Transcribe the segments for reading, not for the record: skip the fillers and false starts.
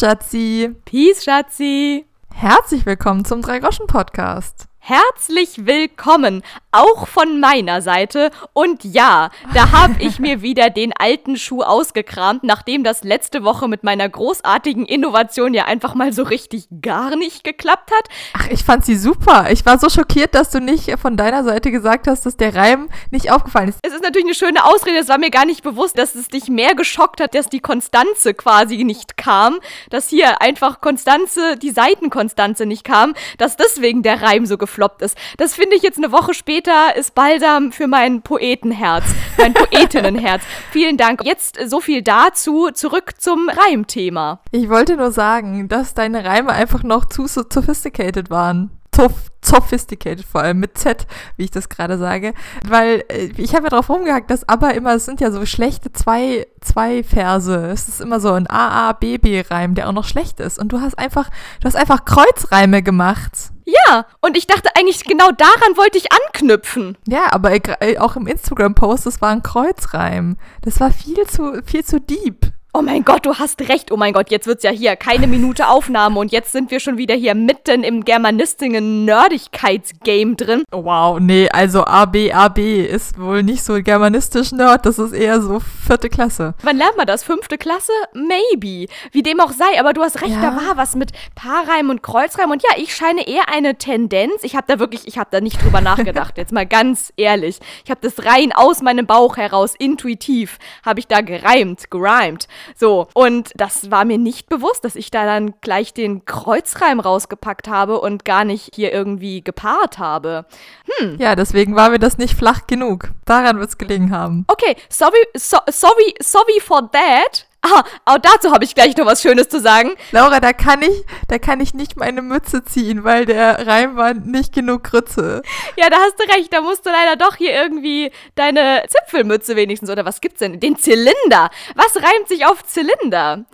Schatzi. Peace, Schatzi. Herzlich willkommen zum Drei-Groschen-Podcast. Herzlich willkommen, auch von meiner Seite. Und ja, da habe ich mir wieder den alten Schuh ausgekramt, nachdem das letzte Woche mit meiner großartigen Innovation ja einfach mal so richtig gar nicht geklappt hat. Ach, ich fand sie super. Ich war so schockiert, dass du nicht von deiner Seite gesagt hast, dass der Reim nicht aufgefallen ist. Es ist natürlich eine schöne Ausrede, es war mir gar nicht bewusst, dass es dich mehr geschockt hat, dass die Konstanze quasi nicht kam, dass hier einfach Konstanze, die Seitenkonstanze nicht kam, dass deswegen der Reim so gefloppt ist. Das finde ich jetzt eine Woche später ist Balsam für mein Poetenherz, mein Poetinnenherz. Vielen Dank. Jetzt so viel dazu, zurück zum Reimthema. Ich wollte nur sagen, dass deine Reime einfach noch zu sophisticated waren. Sophisticated vor allem, mit Z, wie ich das gerade sage. Weil ich habe ja drauf rumgehackt, dass ABBA immer, es sind ja so schlechte zwei Verse. Es ist immer so ein A-A-B-B-Reim, der auch noch schlecht ist. Und du hast einfach Kreuzreime gemacht. Ja, und ich dachte eigentlich, genau daran wollte ich anknüpfen. Ja, aber auch im Instagram-Post, das war ein Kreuzreim. Das war viel zu deep. Oh mein Gott, du hast recht. Oh mein Gott, jetzt wird's ja hier keine Minute Aufnahme und jetzt sind wir schon wieder hier mitten im Germanistingen-Nerdigkeits-Game drin. Wow, nee, also AB ist wohl nicht so germanistisch Nerd, das ist eher so 4. Klasse. Wann lernt man das? 5. Klasse? Maybe. Wie dem auch sei, aber du hast recht, ja. Da war was mit Paarreim und Kreuzreim und ja, ich scheine eher eine Tendenz. Ich habe da nicht drüber nachgedacht, jetzt mal ganz ehrlich. Ich habe das rein aus meinem Bauch heraus, intuitiv, habe ich da gerimt. So, und das war mir nicht bewusst, dass ich da dann gleich den Kreuzreim rausgepackt habe und gar nicht hier irgendwie gepaart habe. Ja, deswegen war mir das nicht flach genug. Daran wird's gelegen haben. Okay, sorry for that. Auch dazu habe ich gleich noch was Schönes zu sagen. Laura, da kann ich nicht meine Mütze ziehen, weil der Reim war nicht genug Grütze. Ja, da hast du recht, da musst du leider doch hier irgendwie deine Zipfelmütze wenigstens, oder was gibt's denn? Den Zylinder. Was reimt sich auf Zylinder?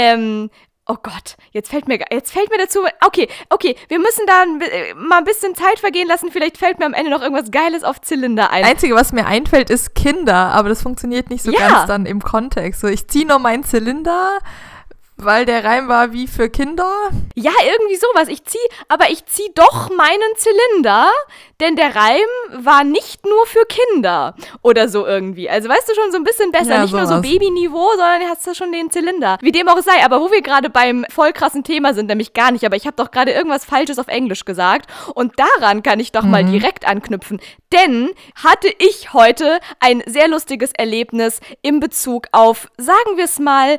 Oh Gott, jetzt fällt mir dazu, okay, wir müssen da mal ein bisschen Zeit vergehen lassen, vielleicht fällt mir am Ende noch irgendwas Geiles auf Zylinder ein. Das Einzige, was mir einfällt, ist Kinder, aber das funktioniert nicht so ganz dann im Kontext. So, ich ziehe nur meinen Zylinder, weil der Reim war wie für Kinder. Ja, irgendwie sowas. Ich zieh doch meinen Zylinder, denn der Reim war nicht nur für Kinder oder so irgendwie. Also weißt du schon, so ein bisschen besser. Ja, nicht sowas. Nur so Babyniveau, sondern hast du schon den Zylinder. Wie dem auch sei, aber wo wir gerade beim voll krassen Thema sind, nämlich gar nicht, aber ich habe doch gerade irgendwas Falsches auf Englisch gesagt und daran kann ich doch mal direkt anknüpfen. Denn hatte ich heute ein sehr lustiges Erlebnis in Bezug auf, sagen wir es mal,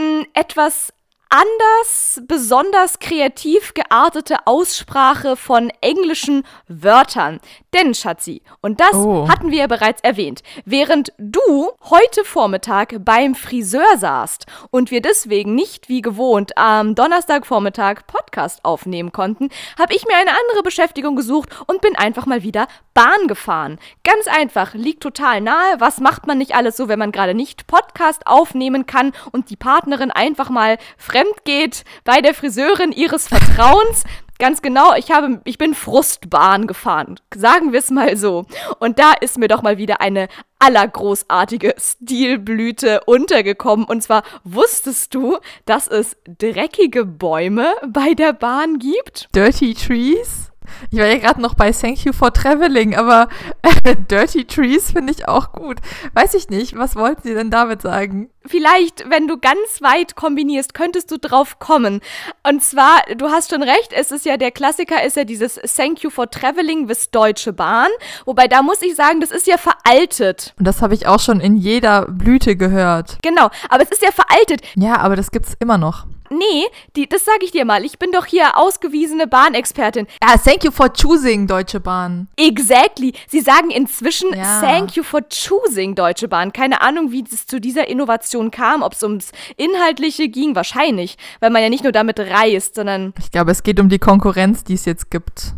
etwas anders, besonders kreativ geartete Aussprache von englischen Wörtern. Denn, Schatzi, und das hatten wir ja bereits erwähnt, während du heute Vormittag beim Friseur saßt und wir deswegen nicht wie gewohnt am Donnerstagvormittag Podcast aufnehmen konnten, habe ich mir eine andere Beschäftigung gesucht und bin einfach mal wieder Bahn gefahren. Ganz einfach, liegt total nahe. Was macht man nicht alles so, wenn man gerade nicht Podcast aufnehmen kann und die Partnerin einfach mal fremd geht bei der Friseurin ihres Vertrauens? Ganz genau, ich bin Frustbahn gefahren, sagen wir es mal so. Und da ist mir doch mal wieder eine allergroßartige Stilblüte untergekommen. Und zwar, wusstest du, dass es dreckige Bäume bei der Bahn gibt? Dirty Trees? Ich war ja gerade noch bei Thank You for Traveling, aber Dirty Trees finde ich auch gut. Weiß ich nicht, was wollten Sie denn damit sagen? Vielleicht, wenn du ganz weit kombinierst, könntest du drauf kommen. Und zwar, du hast schon recht, der Klassiker ist ja dieses Thank You for Traveling with Deutsche Bahn. Wobei, da muss ich sagen, das ist ja veraltet. Und das habe ich auch schon in jeder Blüte gehört. Genau, aber es ist ja veraltet. Ja, aber das gibt's immer noch. Nee, das sage ich dir mal. Ich bin doch hier ausgewiesene Bahnexpertin. Ja, thank you for choosing Deutsche Bahn. Exactly. Sie sagen inzwischen thank you for choosing Deutsche Bahn. Keine Ahnung, wie es zu dieser Innovation kam, ob es ums Inhaltliche ging. Wahrscheinlich, weil man ja nicht nur damit reist, sondern... Ich glaube, es geht um die Konkurrenz, die es jetzt gibt.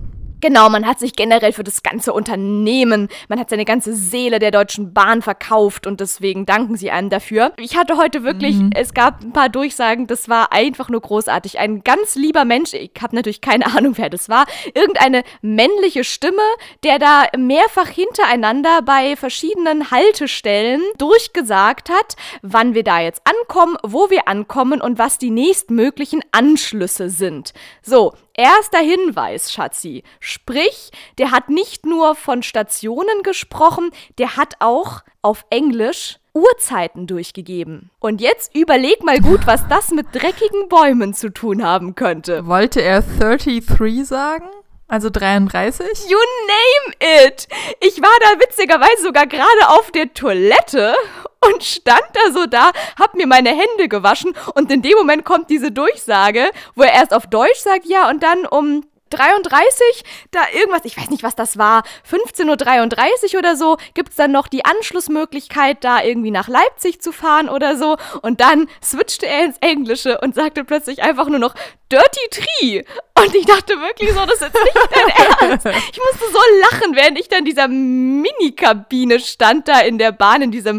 Genau, man hat sich generell für das ganze Unternehmen, man hat seine ganze Seele der Deutschen Bahn verkauft und deswegen danken sie einem dafür. Ich hatte heute wirklich, es gab ein paar Durchsagen, das war einfach nur großartig. Ein ganz lieber Mensch, ich habe natürlich keine Ahnung, wer das war, irgendeine männliche Stimme, der da mehrfach hintereinander bei verschiedenen Haltestellen durchgesagt hat, wann wir da jetzt ankommen, wo wir ankommen und was die nächstmöglichen Anschlüsse sind. So, erster Hinweis, Schatzi. Sprich, der hat nicht nur von Stationen gesprochen, der hat auch auf Englisch Uhrzeiten durchgegeben. Und jetzt überleg mal gut, was das mit dreckigen Bäumen zu tun haben könnte. Wollte er 33 sagen? Also 33? You name it! Ich war da witzigerweise sogar gerade auf der Toilette und stand da, hab mir meine Hände gewaschen und in dem Moment kommt diese Durchsage, wo er erst auf Deutsch sagt, ja, und dann um 33, da irgendwas, ich weiß nicht, was das war, 15:33 Uhr oder so, gibt's dann noch die Anschlussmöglichkeit, da irgendwie nach Leipzig zu fahren oder so. Und dann switchte er ins Englische und sagte plötzlich einfach nur noch Dirty Tree. Und ich dachte wirklich so, das ist jetzt nicht dein Ernst. Ich musste so lachen, während ich da in dieser Mini-Kabine stand, da in der Bahn, in diesen,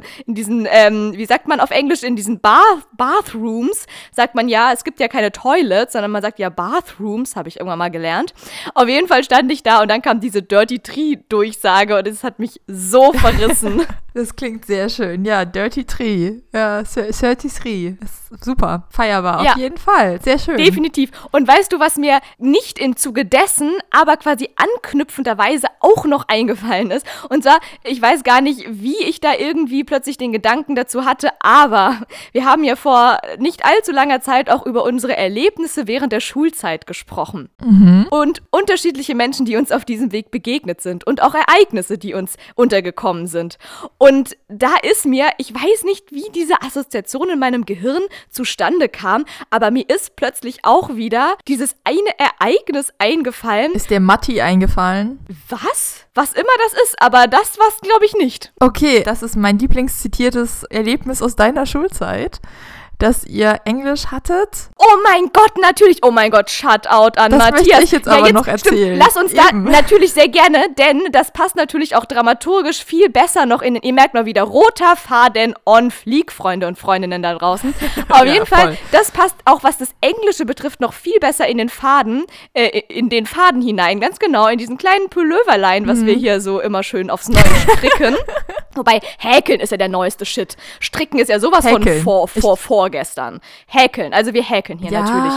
wie sagt man auf Englisch, in diesen Bathrooms, sagt man ja, es gibt ja keine Toilets, sondern man sagt ja Bathrooms, habe ich irgendwann mal gelernt. Auf jeden Fall stand ich da und dann kam diese Dirty Tree-Durchsage und es hat mich so verrissen. Das klingt sehr schön. Ja, Dirty Tree. Ja, 33. Ist super. Feierbar, auf jeden Fall. Sehr schön. Definitiv. Und weißt du, was mir nicht im Zuge dessen, aber quasi anknüpfenderweise auch noch eingefallen ist? Und zwar, ich weiß gar nicht, wie ich da irgendwie plötzlich den Gedanken dazu hatte, aber wir haben ja vor nicht allzu langer Zeit auch über unsere Erlebnisse während der Schulzeit gesprochen. Und unterschiedliche Menschen, die uns auf diesem Weg begegnet sind und auch Ereignisse, die uns untergekommen sind. Und da ist mir, ich weiß nicht, wie diese Assoziation in meinem Gehirn zustande kam, aber mir ist plötzlich auch wieder dieses eine Ereignis eingefallen. Ist dir Matti eingefallen? Was? Was immer das ist, aber das war's, glaube ich, nicht. Okay, das ist mein lieblingszitiertes Erlebnis aus deiner Schulzeit, dass ihr Englisch hattet. Oh mein Gott, natürlich. Oh mein Gott, Shoutout an Matthias. Das möchte ich jetzt aber noch erzählen. Stimmt, lass uns da natürlich sehr gerne, denn das passt natürlich auch dramaturgisch viel besser noch in, ihr merkt mal wieder, roter Faden on Fleek, Freunde und Freundinnen da draußen. Auf jeden Fall, das passt auch, was das Englische betrifft, noch viel besser in den Faden hinein. Ganz genau, in diesen kleinen Pulloverlein, was wir hier so immer schön aufs Neue stricken. Wobei, häkeln ist ja der neueste Shit. Stricken ist ja sowas häkeln. von vorgestern. Häkeln, also wir häkeln hier natürlich.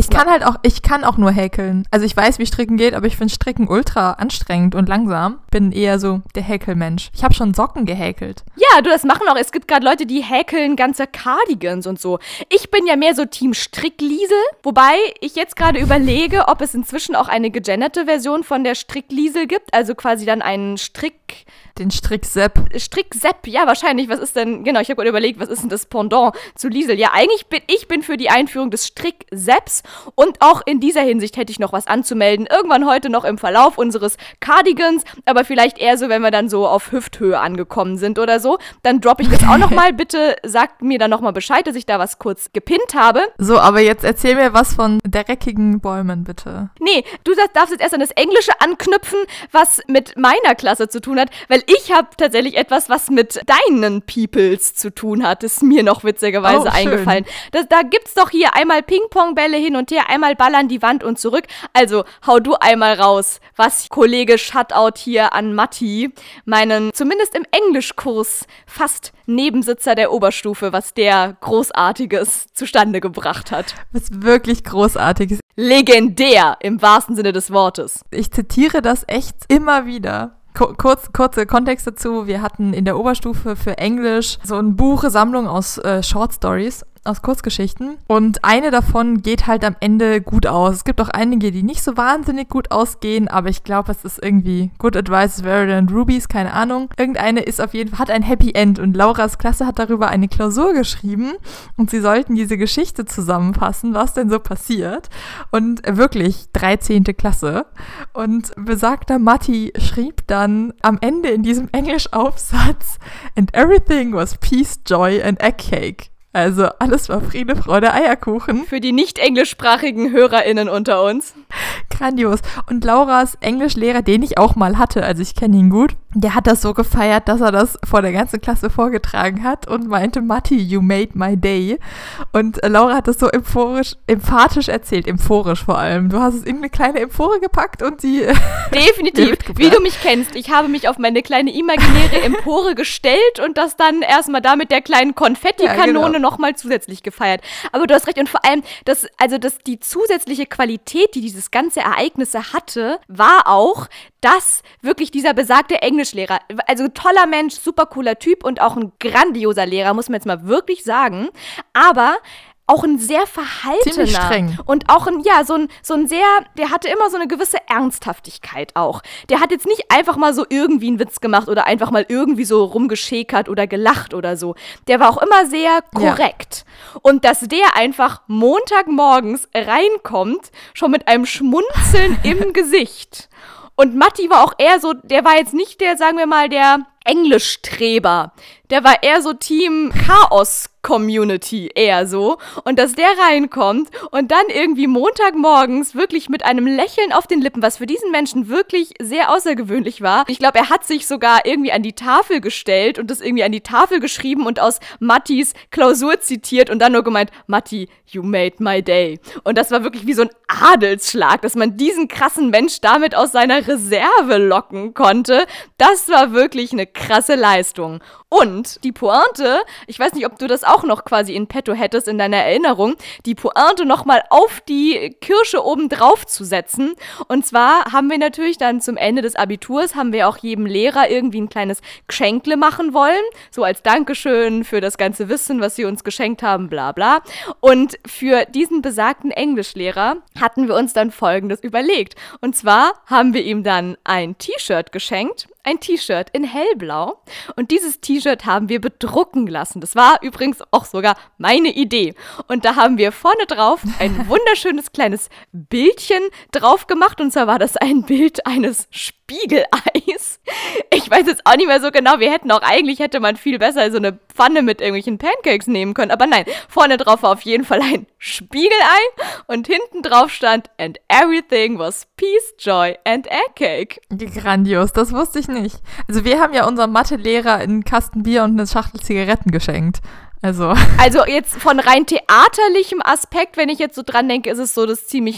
Ich kann auch nur häkeln. Also ich weiß, wie Stricken geht, aber ich finde Stricken ultra anstrengend und langsam. Bin eher so der Häkelmensch. Ich habe schon Socken gehäkelt. Ja, das machen auch. Es gibt gerade Leute, die häkeln ganze Cardigans und so. Ich bin ja mehr so Team Strickliesel, wobei ich jetzt gerade überlege, ob es inzwischen auch eine gegenderte Version von der Strickliesel gibt, also quasi dann einen Den Stricksepp. Stricksepp, ja, wahrscheinlich. Was ist denn, genau, ich habe gerade überlegt, was ist denn das Pendant zu Liesel? Ja, eigentlich bin ich für die Einführung des Stricksepps und auch in dieser Hinsicht hätte ich noch was anzumelden. Irgendwann heute noch im Verlauf unseres Cardigans, aber vielleicht eher so, wenn wir dann so auf Hüfthöhe angekommen sind oder so. Dann droppe ich das auch nochmal. Bitte sagt mir dann nochmal Bescheid, dass ich da was kurz gepinnt habe. So, aber jetzt erzähl mir was von dreckigen Bäumen, bitte. Nee, du darfst jetzt erst an das Englische anknüpfen, was mit meiner Klasse zu tun hat, weil ich habe tatsächlich etwas, was mit deinen Peoples zu tun hat, ist mir noch witzigerweise eingefallen. Da gibt's doch hier einmal Ping-Pong-Bälle hin und her, einmal Ball an die Wand und zurück. Also hau du einmal raus, was Kollege Shutout hier an Matti, meinen zumindest im Englischkurs fast Nebensitzer der Oberstufe, was der Großartiges zustande gebracht hat. Was wirklich Großartiges. Legendär im wahrsten Sinne des Wortes. Ich zitiere das echt immer wieder. Kurze Kontext dazu. Wir hatten in der Oberstufe für Englisch so ein Buch, Sammlung aus Short Stories, aus Kurzgeschichten. Und eine davon geht halt am Ende gut aus. Es gibt auch einige, die nicht so wahnsinnig gut ausgehen, aber ich glaube, es ist irgendwie Good Advice is better than Rubies, keine Ahnung. Irgendeine ist auf jeden Fall, hat ein Happy End und Lauras Klasse hat darüber eine Klausur geschrieben und sie sollten diese Geschichte zusammenfassen, was denn so passiert. Und wirklich 13. Klasse. Und besagter Matti schrieb dann am Ende in diesem Englischaufsatz: "And everything was peace, joy and egg cake." Also alles war Friede, Freude, Eierkuchen. Für die nicht englischsprachigen HörerInnen unter uns. Grandios. Und Lauras Englischlehrer, den ich auch mal hatte, also ich kenne ihn gut, der hat das so gefeiert, dass er das vor der ganzen Klasse vorgetragen hat und meinte, Matti, you made my day. Und Laura hat das so emphatisch erzählt, euphorisch vor allem. Du hast es in eine kleine Emphore gepackt und sie definitiv, wie du mich kennst. Ich habe mich auf meine kleine imaginäre Empore gestellt und das dann erstmal da mit der kleinen Konfettikanone nochmal zusätzlich gefeiert. Aber du hast recht und vor allem, die zusätzliche Qualität, die dieses ganze Ereignis hatte, war auch, dass wirklich dieser besagte Englischlehrer, also toller Mensch, super cooler Typ und auch ein grandioser Lehrer, muss man jetzt mal wirklich sagen, aber auch ein sehr verhaltener. Ziemlich streng. Und auch der hatte immer so eine gewisse Ernsthaftigkeit auch. Der hat jetzt nicht einfach mal so irgendwie einen Witz gemacht oder einfach mal irgendwie so rumgeschäkert oder gelacht oder so. Der war auch immer sehr korrekt. Ja. Und dass der einfach Montagmorgens reinkommt, schon mit einem Schmunzeln im Gesicht. Und Matti war auch eher so, der war jetzt nicht der, sagen wir mal, der Englischstreber. Der war eher so Team Chaos-Community, eher so. Und dass der reinkommt und dann irgendwie Montagmorgens wirklich mit einem Lächeln auf den Lippen, was für diesen Menschen wirklich sehr außergewöhnlich war. Ich glaube, er hat sich sogar irgendwie an die Tafel gestellt und das irgendwie an die Tafel geschrieben und aus Mattis Klausur zitiert und dann nur gemeint, Matti, you made my day. Und das war wirklich wie so ein Adelsschlag, dass man diesen krassen Mensch damit aus seiner Reserve locken konnte. Das war wirklich eine krasse Leistung. Und die Pointe, ich weiß nicht, ob du das auch noch quasi in petto hättest in deiner Erinnerung, die Pointe nochmal auf die Kirsche oben drauf zu setzen. Und zwar haben wir natürlich dann zum Ende des Abiturs, haben wir auch jedem Lehrer irgendwie ein kleines Geschenkle machen wollen, so als Dankeschön für das ganze Wissen, was sie uns geschenkt haben, bla bla. Und für diesen besagten Englischlehrer hatten wir uns dann Folgendes überlegt. Und zwar haben wir ihm dann ein T-Shirt geschenkt, ein T-Shirt in hellblau und dieses T-Shirt haben wir bedrucken lassen. Das war übrigens auch sogar meine Idee. Und da haben wir vorne drauf ein wunderschönes kleines Bildchen drauf gemacht und zwar war das ein Bild eines Spiegeleis. Ich weiß jetzt auch nicht mehr so genau, hätte man viel besser so eine Pfanne mit irgendwelchen Pancakes nehmen können, aber nein, vorne drauf war auf jeden Fall ein Spiegelei und hinten drauf stand and everything was peace, joy and egg cake. Grandios, das wusste ich nicht. Also wir haben ja unserem Mathelehrer einen Kasten Bier und eine Schachtel Zigaretten geschenkt. Also jetzt von rein theaterlichem Aspekt, wenn ich jetzt so dran denke, ist es so das ziemlich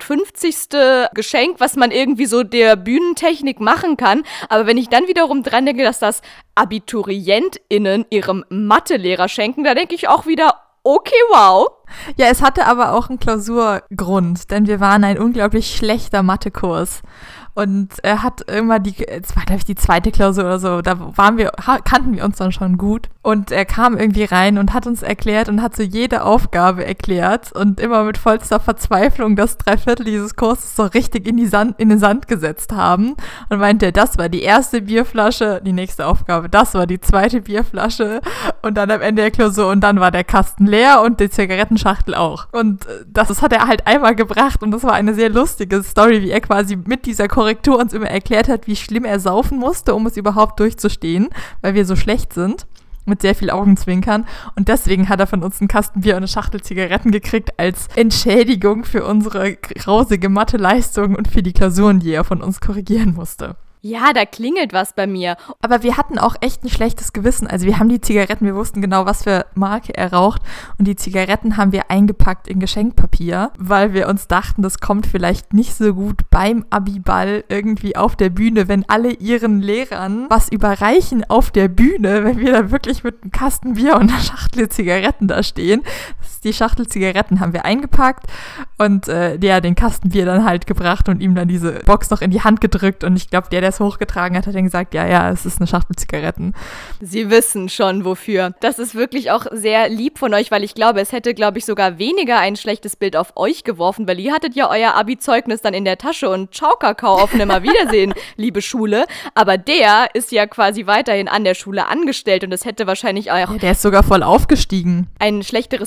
0850. Geschenk, was man irgendwie so der Bühnentechnik machen kann. Aber wenn ich dann wiederum dran denke, dass das AbiturientInnen ihrem Mathelehrer schenken, da denke ich auch wieder, okay, wow. Ja, es hatte aber auch einen Klausurgrund, denn wir waren ein unglaublich schlechter Mathekurs. Und er hat immer es war glaube ich die zweite Klausur oder so, da kannten wir uns dann schon gut. Und er kam irgendwie rein und hat uns erklärt und hat so jede Aufgabe erklärt und immer mit vollster Verzweiflung das 3/4 dieses Kurses so richtig in den Sand gesetzt haben. Und meinte, das war die erste Bierflasche, die nächste Aufgabe, das war die zweite Bierflasche und dann am Ende der Klausur und dann war der Kasten leer und die Zigarettenschachtel auch. Und das hat er halt einmal gebracht und das war eine sehr lustige Story, wie er quasi mit dieser Korrektur uns immer erklärt hat, wie schlimm er saufen musste, um es überhaupt durchzustehen, weil wir so schlecht sind, mit sehr viel Augenzwinkern. Und deswegen hat er von uns einen Kasten Bier und eine Schachtel Zigaretten gekriegt als Entschädigung für unsere grausige Mathe-Leistung und für die Klausuren, die er von uns korrigieren musste. Ja, da klingelt was bei mir. Aber wir hatten auch echt ein schlechtes Gewissen. Also wir haben die Zigaretten, wir wussten genau, was für Marke er raucht. Und die Zigaretten haben wir eingepackt in Geschenkpapier, weil wir uns dachten, das kommt vielleicht nicht so gut beim Abiball irgendwie auf der Bühne, wenn alle ihren Lehrern was überreichen auf der Bühne, wenn wir da wirklich mit einem Kasten Bier und einer Schachtel Zigaretten da stehen. Die Schachtel Zigaretten haben wir eingepackt und den Kasten Bier dann halt gebracht und ihm dann diese Box noch in die Hand gedrückt. Und ich glaube, der es hochgetragen hat, hat dann gesagt, ja, es ist eine Schachtel Zigaretten. Sie wissen schon, wofür. Das ist wirklich auch sehr lieb von euch, weil ich glaube, es hätte, sogar weniger ein schlechtes Bild auf euch geworfen, weil ihr hattet ja euer Abi-Zeugnis dann in der Tasche und Ciao Kakao auf Nimmerwiedersehen, liebe Schule. Aber der ist ja quasi weiterhin an der Schule angestellt und es hätte wahrscheinlich auch... Ja, der ist sogar voll aufgestiegen. Ein schlechteres Licht auf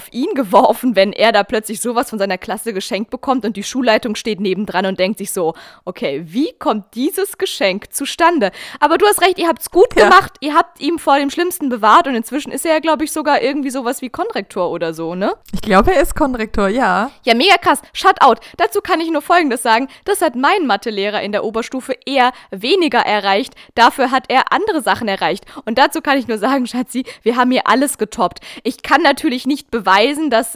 auf ihn geworfen, wenn er da plötzlich sowas von seiner Klasse geschenkt bekommt und die Schulleitung steht nebendran und denkt sich so, okay, wie kommt dieses Geschenk zustande? Aber du hast recht, ihr habt's gut gemacht, ihr habt ihm vor dem Schlimmsten bewahrt und inzwischen ist er ja, glaube ich, sogar irgendwie sowas wie Konrektor oder so, ne? Ich glaube, er ist Konrektor, ja. Ja, mega krass. Shutout. Dazu kann ich nur Folgendes sagen. Das hat mein Mathelehrer in der Oberstufe eher weniger erreicht. Dafür hat er andere Sachen erreicht. Und dazu kann ich nur sagen, Schatzi, wir haben hier alles getoppt. Ich kann natürlich nicht beweisen, dass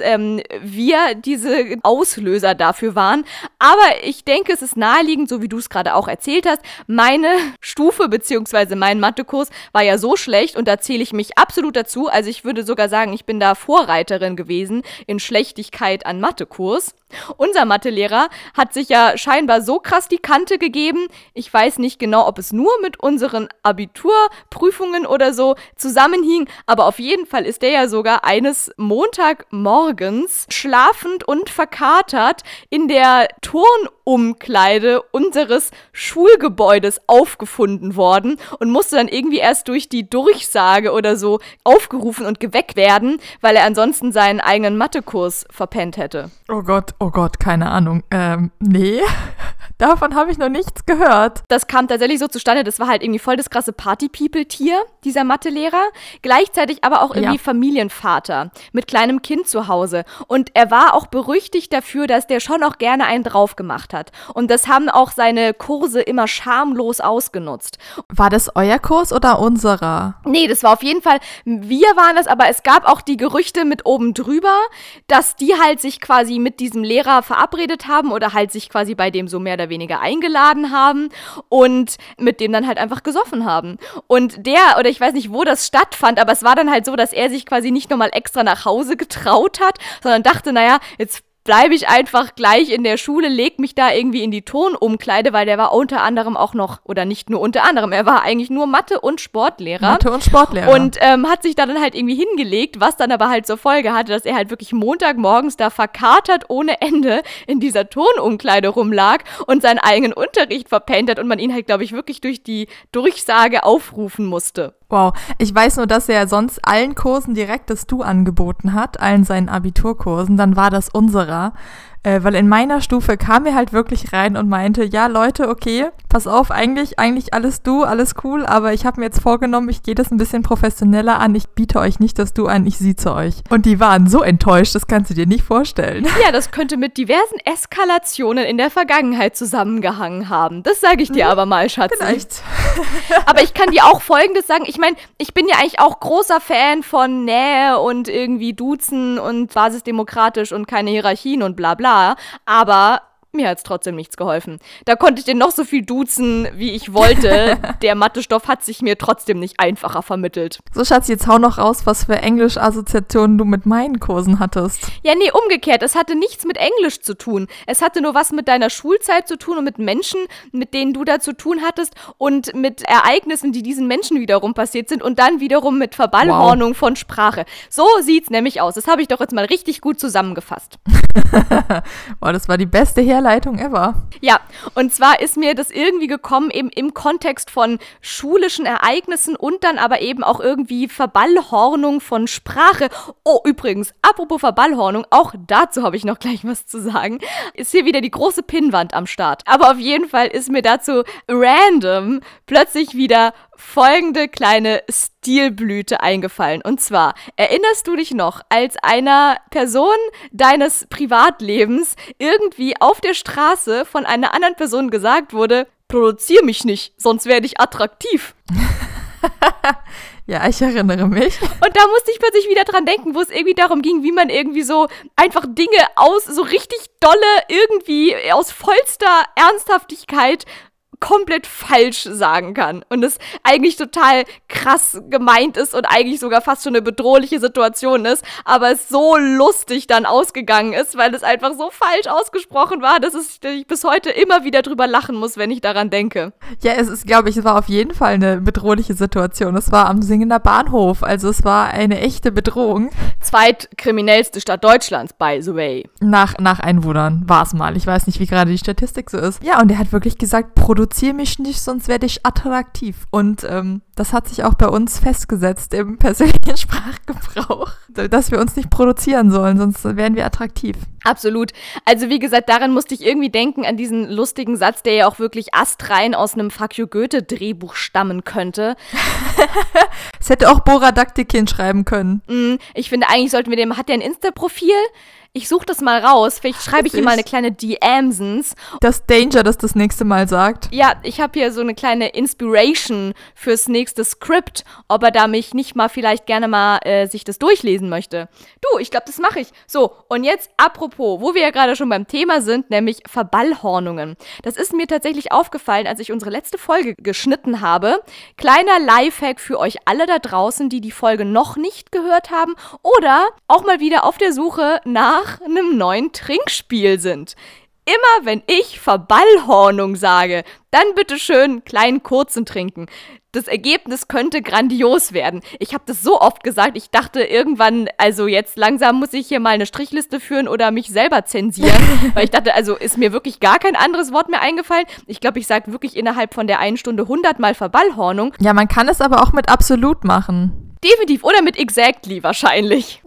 wir diese Auslöser dafür waren. Aber ich denke, es ist naheliegend, so wie du es gerade auch erzählt hast. Meine Stufe bzw. mein Mathekurs war ja so schlecht und da zähle ich mich absolut dazu. Also ich würde sogar sagen, ich bin da Vorreiterin gewesen in Schlechtigkeit an Mathekurs. Unser Mathelehrer hat sich ja scheinbar so krass die Kante gegeben. Ich weiß nicht genau, ob es nur mit unseren Abiturprüfungen oder so zusammenhing, aber auf jeden Fall ist der ja sogar eines Montagmorgens schlafend und verkatert in der Turnumkleide unseres Schulgebäudes aufgefunden worden und musste dann irgendwie erst durch die Durchsage oder so aufgerufen und geweckt werden, weil er ansonsten seinen eigenen Mathekurs verpennt hätte. Oh Gott, keine Ahnung. Nee, davon habe ich noch nichts gehört. Das kam tatsächlich so zustande, das war halt irgendwie voll das krasse Party-People-Tier, dieser Mathelehrer. Gleichzeitig aber auch irgendwie Familienvater mit kleinem Kind zu Hause. Und er war auch berüchtigt dafür, dass der schon auch gerne einen drauf gemacht hat. Und das haben auch seine Kurse immer schamlos ausgenutzt. War das euer Kurs oder unserer? Nee, das war auf jeden Fall, wir waren das, aber es gab auch die Gerüchte mit oben drüber, dass die halt sich quasi mit diesem Lehrer verabredet haben oder halt sich quasi bei dem so mehr oder weniger eingeladen haben und mit dem dann halt einfach gesoffen haben. Und oder ich weiß nicht, wo das stattfand, aber es war dann halt so, dass er sich quasi nicht nochmal extra nach Hause getraut hat, sondern dachte, naja, jetzt bleibe ich einfach gleich in der Schule, leg mich da irgendwie in die Turnumkleide, weil der war unter anderem auch noch, oder nicht nur unter anderem, er war eigentlich nur Mathe- und Sportlehrer. Und hat sich da dann halt irgendwie hingelegt, was dann aber halt zur Folge hatte, dass er halt wirklich Montagmorgens da verkatert ohne Ende in dieser Turnumkleide rumlag und seinen eigenen Unterricht verpennt hat und man ihn halt, glaube ich, wirklich durch die Durchsage aufrufen musste. Wow, ich weiß nur, dass er sonst allen Kursen direkt das Du angeboten hat, allen seinen Abiturkursen, dann war das unserer. Weil in meiner Stufe kam er halt wirklich rein und meinte, ja Leute, okay, pass auf, eigentlich alles du, alles cool, aber ich habe mir jetzt vorgenommen, ich gehe das ein bisschen professioneller an, ich biete euch nicht das Du an, ich sieze euch. Und die waren so enttäuscht, das kannst du dir nicht vorstellen. Ja, das könnte mit diversen Eskalationen in der Vergangenheit zusammengehangen haben. Das sage ich dir aber mal, Schatzi. Vielleicht. Aber ich kann dir auch Folgendes sagen, ich meine, ich bin ja eigentlich auch großer Fan von Nähe und irgendwie Duzen und basisdemokratisch und keine Hierarchien und bla bla. Aber mir hat es trotzdem nichts geholfen. Da konnte ich dir noch so viel duzen, wie ich wollte. Der Mathestoff hat sich mir trotzdem nicht einfacher vermittelt. So, Schatz, jetzt hau noch raus, was für Englisch-Assoziationen du mit meinen Kursen hattest. Ja, nee, umgekehrt. Es hatte nichts mit Englisch zu tun. Es hatte nur was mit deiner Schulzeit zu tun und mit Menschen, mit denen du da zu tun hattest und mit Ereignissen, die diesen Menschen wiederum passiert sind und dann wiederum mit Verballhornung von Sprache. So sieht's nämlich aus. Das habe ich doch jetzt mal richtig gut zusammengefasst. Boah, das war die beste Herleitung ever. Ja, und zwar ist mir das irgendwie gekommen, eben im Kontext von schulischen Ereignissen und dann aber eben auch irgendwie Verballhornung von Sprache. Oh, übrigens, apropos Verballhornung, auch dazu habe ich noch gleich was zu sagen. Ist hier wieder die große Pinnwand am Start. Aber auf jeden Fall ist mir dazu random plötzlich wieder folgende kleine Stilblüte eingefallen. Und zwar, erinnerst du dich noch, als einer Person deines Privatlebens irgendwie auf der Straße von einer anderen Person gesagt wurde, produzier mich nicht, sonst werde ich attraktiv. Ja, ich erinnere mich. Und da musste ich plötzlich wieder dran denken, wo es irgendwie darum ging, wie man irgendwie so einfach Dinge so richtig dolle irgendwie aus vollster Ernsthaftigkeit komplett falsch sagen kann und es eigentlich total krass gemeint ist und eigentlich sogar fast schon eine bedrohliche Situation ist, aber es so lustig dann ausgegangen ist, weil es einfach so falsch ausgesprochen war, dass ich bis heute immer wieder drüber lachen muss, wenn ich daran denke. Ja, glaube ich, es war auf jeden Fall eine bedrohliche Situation. Es war am Singender Bahnhof, also es war eine echte Bedrohung. Zweitkriminellste Stadt Deutschlands, by the way. Nach Einwohnern war es mal. Ich weiß nicht, wie gerade die Statistik so ist. Ja, und er hat wirklich gesagt, produziert provoziere mich nicht, sonst werde ich attraktiv. Und das hat sich auch bei uns festgesetzt im persönlichen Sprachgebrauch, dass wir uns nicht produzieren sollen, sonst werden wir attraktiv. Absolut. Also wie gesagt, daran musste ich irgendwie denken, an diesen lustigen Satz, der ja auch wirklich astrein aus einem Fuck you Goethe-Drehbuch stammen könnte. Es hätte auch Bora Daktikin schreiben können. Ich finde, eigentlich sollten wir dem, hat der ein Insta-Profil? Ich suche das mal raus. Vielleicht schreibe ich ihm mal eine kleine DMsens. Das Danger, das nächste Mal sagt. Ja, ich habe hier so eine kleine Inspiration fürs nächste Skript, ob er da mich nicht mal vielleicht gerne mal sich das durchlesen möchte. Du, ich glaube, das mache ich. So, und jetzt apropos, wo wir ja gerade schon beim Thema sind, nämlich Verballhornungen. Das ist mir tatsächlich aufgefallen, als ich unsere letzte Folge geschnitten habe. Kleiner Lifehack für euch alle da draußen, die die Folge noch nicht gehört haben oder auch mal wieder auf der Suche nach einem neuen Trinkspiel sind. Immer wenn ich Verballhornung sage, dann bitte schön kleinen kurzen trinken. Das Ergebnis könnte grandios werden. Ich habe das so oft gesagt, ich dachte irgendwann, also jetzt langsam muss ich hier mal eine Strichliste führen oder mich selber zensieren, weil ich dachte, also ist mir wirklich gar kein anderes Wort mehr eingefallen. Ich glaube, ich sage wirklich innerhalb von der 1 Stunde 100 Mal Verballhornung. Ja, man kann es aber auch mit absolut machen. Definitiv, oder mit exactly wahrscheinlich.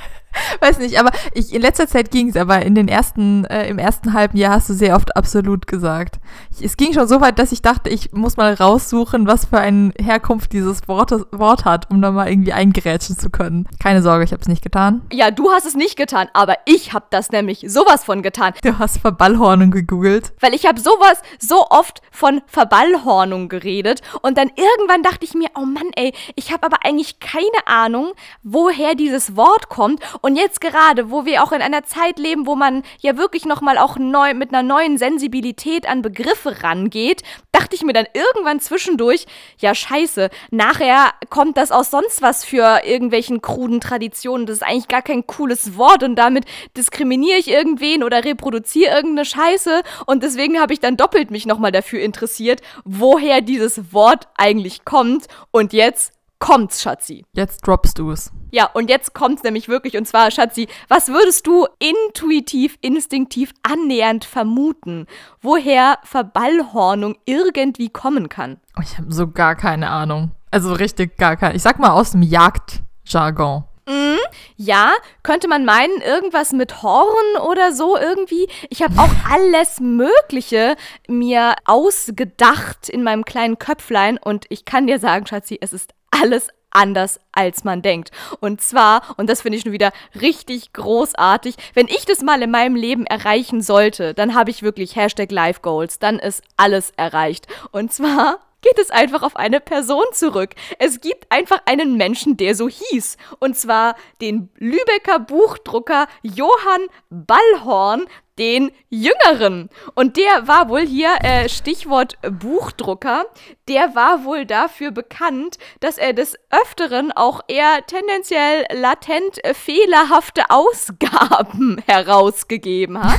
Weiß nicht, aber in letzter Zeit ging es, aber im ersten halben Jahr hast du sehr oft absolut gesagt. Es ging schon so weit, dass ich dachte, ich muss mal raussuchen, was für eine Herkunft dieses Wort hat, um da mal irgendwie eingerätschen zu können. Keine Sorge, ich habe es nicht getan. Ja, du hast es nicht getan, aber ich habe das nämlich sowas von getan. Du hast Verballhornung gegoogelt. Weil ich habe sowas so oft von Verballhornung geredet und dann irgendwann dachte ich mir, oh Mann ey, ich habe aber eigentlich keine Ahnung, woher dieses Wort kommt. Und jetzt gerade, wo wir auch in einer Zeit leben, wo man ja wirklich nochmal auch neu mit einer neuen Sensibilität an Begriffe rangeht, dachte ich mir dann irgendwann zwischendurch, ja scheiße, nachher kommt das aus sonst was für irgendwelchen kruden Traditionen. Das ist eigentlich gar kein cooles Wort und damit diskriminiere ich irgendwen oder reproduziere irgendeine Scheiße und deswegen habe ich dann doppelt mich nochmal dafür interessiert, woher dieses Wort eigentlich kommt und jetzt kommt's, Schatzi. Jetzt droppst du es. Ja, und jetzt kommt's nämlich wirklich. Und zwar, Schatzi, was würdest du intuitiv, instinktiv annähernd vermuten, woher Verballhornung irgendwie kommen kann? Ich habe so gar keine Ahnung. Also richtig gar keine. Ich sag mal aus dem Jagdjargon. Ja, könnte man meinen, irgendwas mit Horn oder so irgendwie. Ich habe auch alles Mögliche mir ausgedacht in meinem kleinen Köpflein und ich kann dir sagen, Schatzi, es ist alles anders, als man denkt. Und zwar, und das finde ich schon wieder richtig großartig, wenn ich das mal in meinem Leben erreichen sollte, dann habe ich wirklich #LifeGoals, dann ist alles erreicht. Und zwar geht es einfach auf eine Person zurück. Es gibt einfach einen Menschen, der so hieß. Und zwar den Lübecker Buchdrucker Johann Ballhorn, den Jüngeren. Und der war wohl hier, Stichwort Buchdrucker, der war wohl dafür bekannt, dass er des Öfteren auch eher tendenziell latent fehlerhafte Ausgaben herausgegeben hat.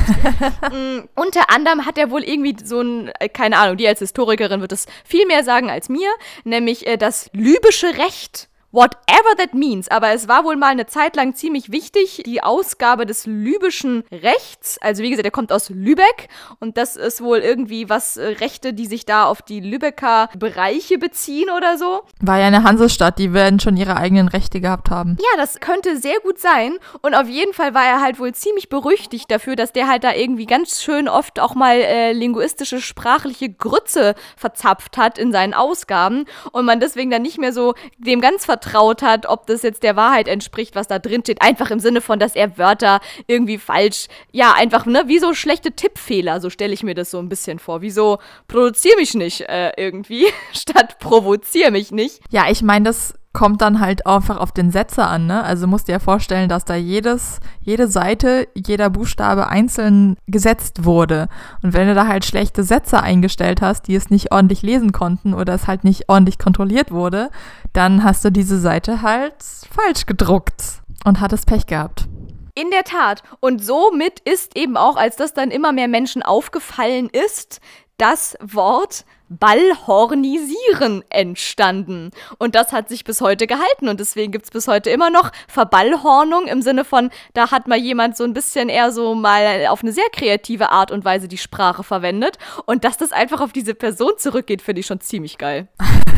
Unter anderem hat er wohl irgendwie so ein, keine Ahnung, die als Historikerin wird es viel mehr sagen als mir, nämlich das lübische Recht. Whatever that means, aber es war wohl mal eine Zeit lang ziemlich wichtig, die Ausgabe des lübischen Rechts, also wie gesagt, der kommt aus Lübeck und das ist wohl irgendwie was Rechte, die sich da auf die Lübecker Bereiche beziehen oder so. War ja eine Hansestadt, die werden schon ihre eigenen Rechte gehabt haben. Ja, das könnte sehr gut sein und auf jeden Fall war er halt wohl ziemlich berüchtigt dafür, dass der halt da irgendwie ganz schön oft auch mal linguistische, sprachliche Grütze verzapft hat in seinen Ausgaben und man deswegen dann nicht mehr so dem ganz vertraut hat, ob das jetzt der Wahrheit entspricht, was da drin steht. Einfach im Sinne von, dass er Wörter irgendwie falsch, ja, einfach, ne, wie so schlechte Tippfehler, so stelle ich mir das so ein bisschen vor. Wie so, produzier mich nicht irgendwie, statt provozier mich nicht. Ja, ich meine, das kommt dann halt einfach auf den Setzer an, ne? Also musst dir ja vorstellen, dass da jede Seite, jeder Buchstabe einzeln gesetzt wurde. Und wenn du da halt schlechte Setzer eingestellt hast, die es nicht ordentlich lesen konnten oder es halt nicht ordentlich kontrolliert wurde, dann hast du diese Seite halt falsch gedruckt und hattest Pech gehabt. In der Tat. Und somit ist eben auch, als das dann immer mehr Menschen aufgefallen ist, das Wort Ballhornisieren entstanden. Und das hat sich bis heute gehalten und deswegen gibt es bis heute immer noch Verballhornung im Sinne von, da hat mal jemand so ein bisschen eher so mal auf eine sehr kreative Art und Weise die Sprache verwendet und dass das einfach auf diese Person zurückgeht, finde ich schon ziemlich geil.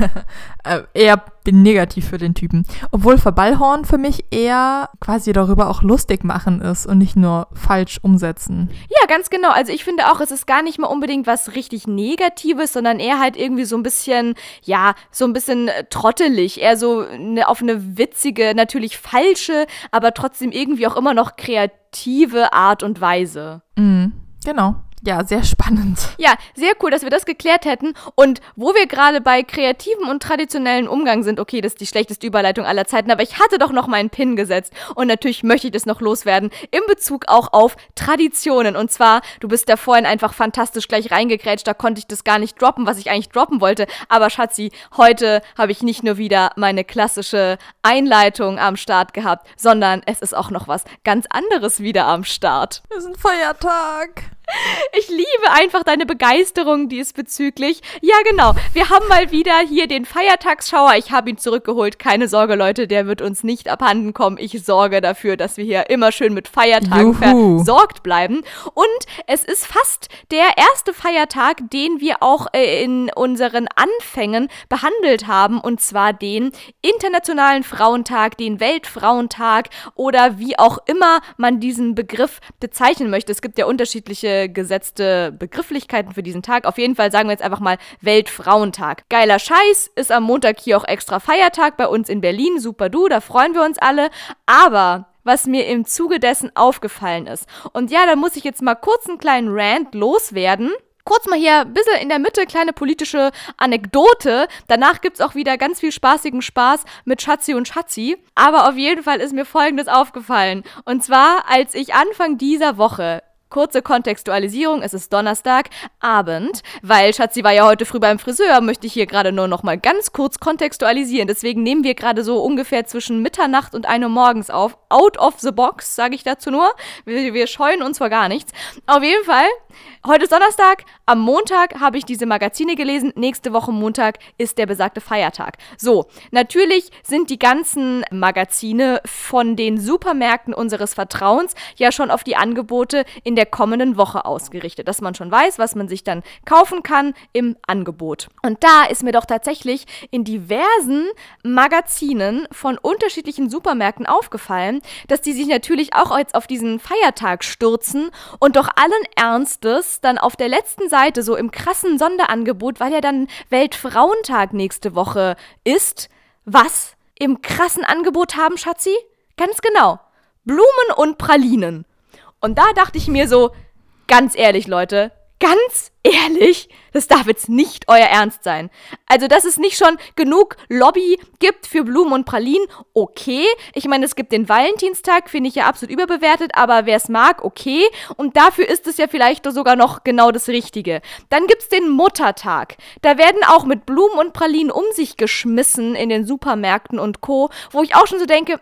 Eher negativ für den Typen. Obwohl Verballhorn für mich eher quasi darüber auch lustig machen ist und nicht nur falsch umsetzen. Ja, ganz genau. Also ich finde auch, es ist gar nicht mal unbedingt was richtig Negatives, sondern eher halt irgendwie so ein bisschen, ja, so ein bisschen trottelig. Eher so auf eine witzige, natürlich falsche, aber trotzdem irgendwie auch immer noch kreative Art und Weise. Genau. Ja, sehr spannend. Ja, sehr cool, dass wir das geklärt hätten. Und wo wir gerade bei kreativem und traditionellen Umgang sind, okay, das ist die schlechteste Überleitung aller Zeiten, aber ich hatte doch noch meinen Pin gesetzt und natürlich möchte ich das noch loswerden, in Bezug auch auf Traditionen. Und zwar, du bist da vorhin einfach fantastisch gleich reingekrätscht, da konnte ich das gar nicht droppen, was ich eigentlich droppen wollte. Aber Schatzi, heute habe ich nicht nur wieder meine klassische Einleitung am Start gehabt, sondern es ist auch noch was ganz anderes wieder am Start. Es ist ein Feiertag. Ich liebe einfach deine Begeisterung diesbezüglich. Ja, genau. Wir haben mal wieder hier den Feiertagsschauer. Ich habe ihn zurückgeholt. Keine Sorge, Leute, der wird uns nicht abhanden kommen. Ich sorge dafür, dass wir hier immer schön mit Feiertagen versorgt bleiben. Und es ist fast der erste Feiertag, den wir auch in unseren Anfängen behandelt haben. Und zwar den Internationalen Frauentag, den Weltfrauentag oder wie auch immer man diesen Begriff bezeichnen möchte. Es gibt ja unterschiedliche gesetzte Begrifflichkeiten für diesen Tag. Auf jeden Fall sagen wir jetzt einfach mal Weltfrauentag. Geiler Scheiß, ist am Montag hier auch extra Feiertag bei uns in Berlin. Super du, da freuen wir uns alle. Aber was mir im Zuge dessen aufgefallen ist. Und ja, da muss ich jetzt mal kurz einen kleinen Rant loswerden. Kurz mal hier ein bisschen in der Mitte, kleine politische Anekdote. Danach gibt's auch wieder ganz viel spaßigen Spaß mit Schatzi und Schatzi. Aber auf jeden Fall ist mir Folgendes aufgefallen. Und zwar, als ich Anfang dieser Woche, kurze Kontextualisierung, es ist Donnerstagabend, weil Schatzi war ja heute früh beim Friseur, möchte ich hier gerade nur noch mal ganz kurz kontextualisieren. Deswegen nehmen wir gerade so ungefähr zwischen Mitternacht und 1 Uhr morgens auf. Out of the box, sage ich dazu nur. Wir scheuen uns vor gar nichts. Auf jeden Fall, heute ist Donnerstag, am Montag habe ich diese Magazine gelesen, nächste Woche Montag ist der besagte Feiertag. So, natürlich sind die ganzen Magazine von den Supermärkten unseres Vertrauens ja schon auf die Angebote in der kommenden Woche ausgerichtet, dass man schon weiß, was man sich dann kaufen kann im Angebot. Und da ist mir doch tatsächlich in diversen Magazinen von unterschiedlichen Supermärkten aufgefallen, dass die sich natürlich auch jetzt auf diesen Feiertag stürzen und doch allen Ernstes dann auf der letzten Seite so im krassen Sonderangebot, weil ja dann Weltfrauentag nächste Woche ist, was im krassen Angebot haben, Schatzi? Ganz genau. Blumen und Pralinen. Und da dachte ich mir so, ganz ehrlich, Leute, ganz ehrlich, das darf jetzt nicht euer Ernst sein. Also, dass es nicht schon genug Lobby gibt für Blumen und Pralinen, okay. Ich meine, es gibt den Valentinstag, finde ich ja absolut überbewertet, aber wer es mag, okay. Und dafür ist es ja vielleicht sogar noch genau das Richtige. Dann gibt's den Muttertag. Da werden auch mit Blumen und Pralinen um sich geschmissen in den Supermärkten und Co., wo ich auch schon so denke,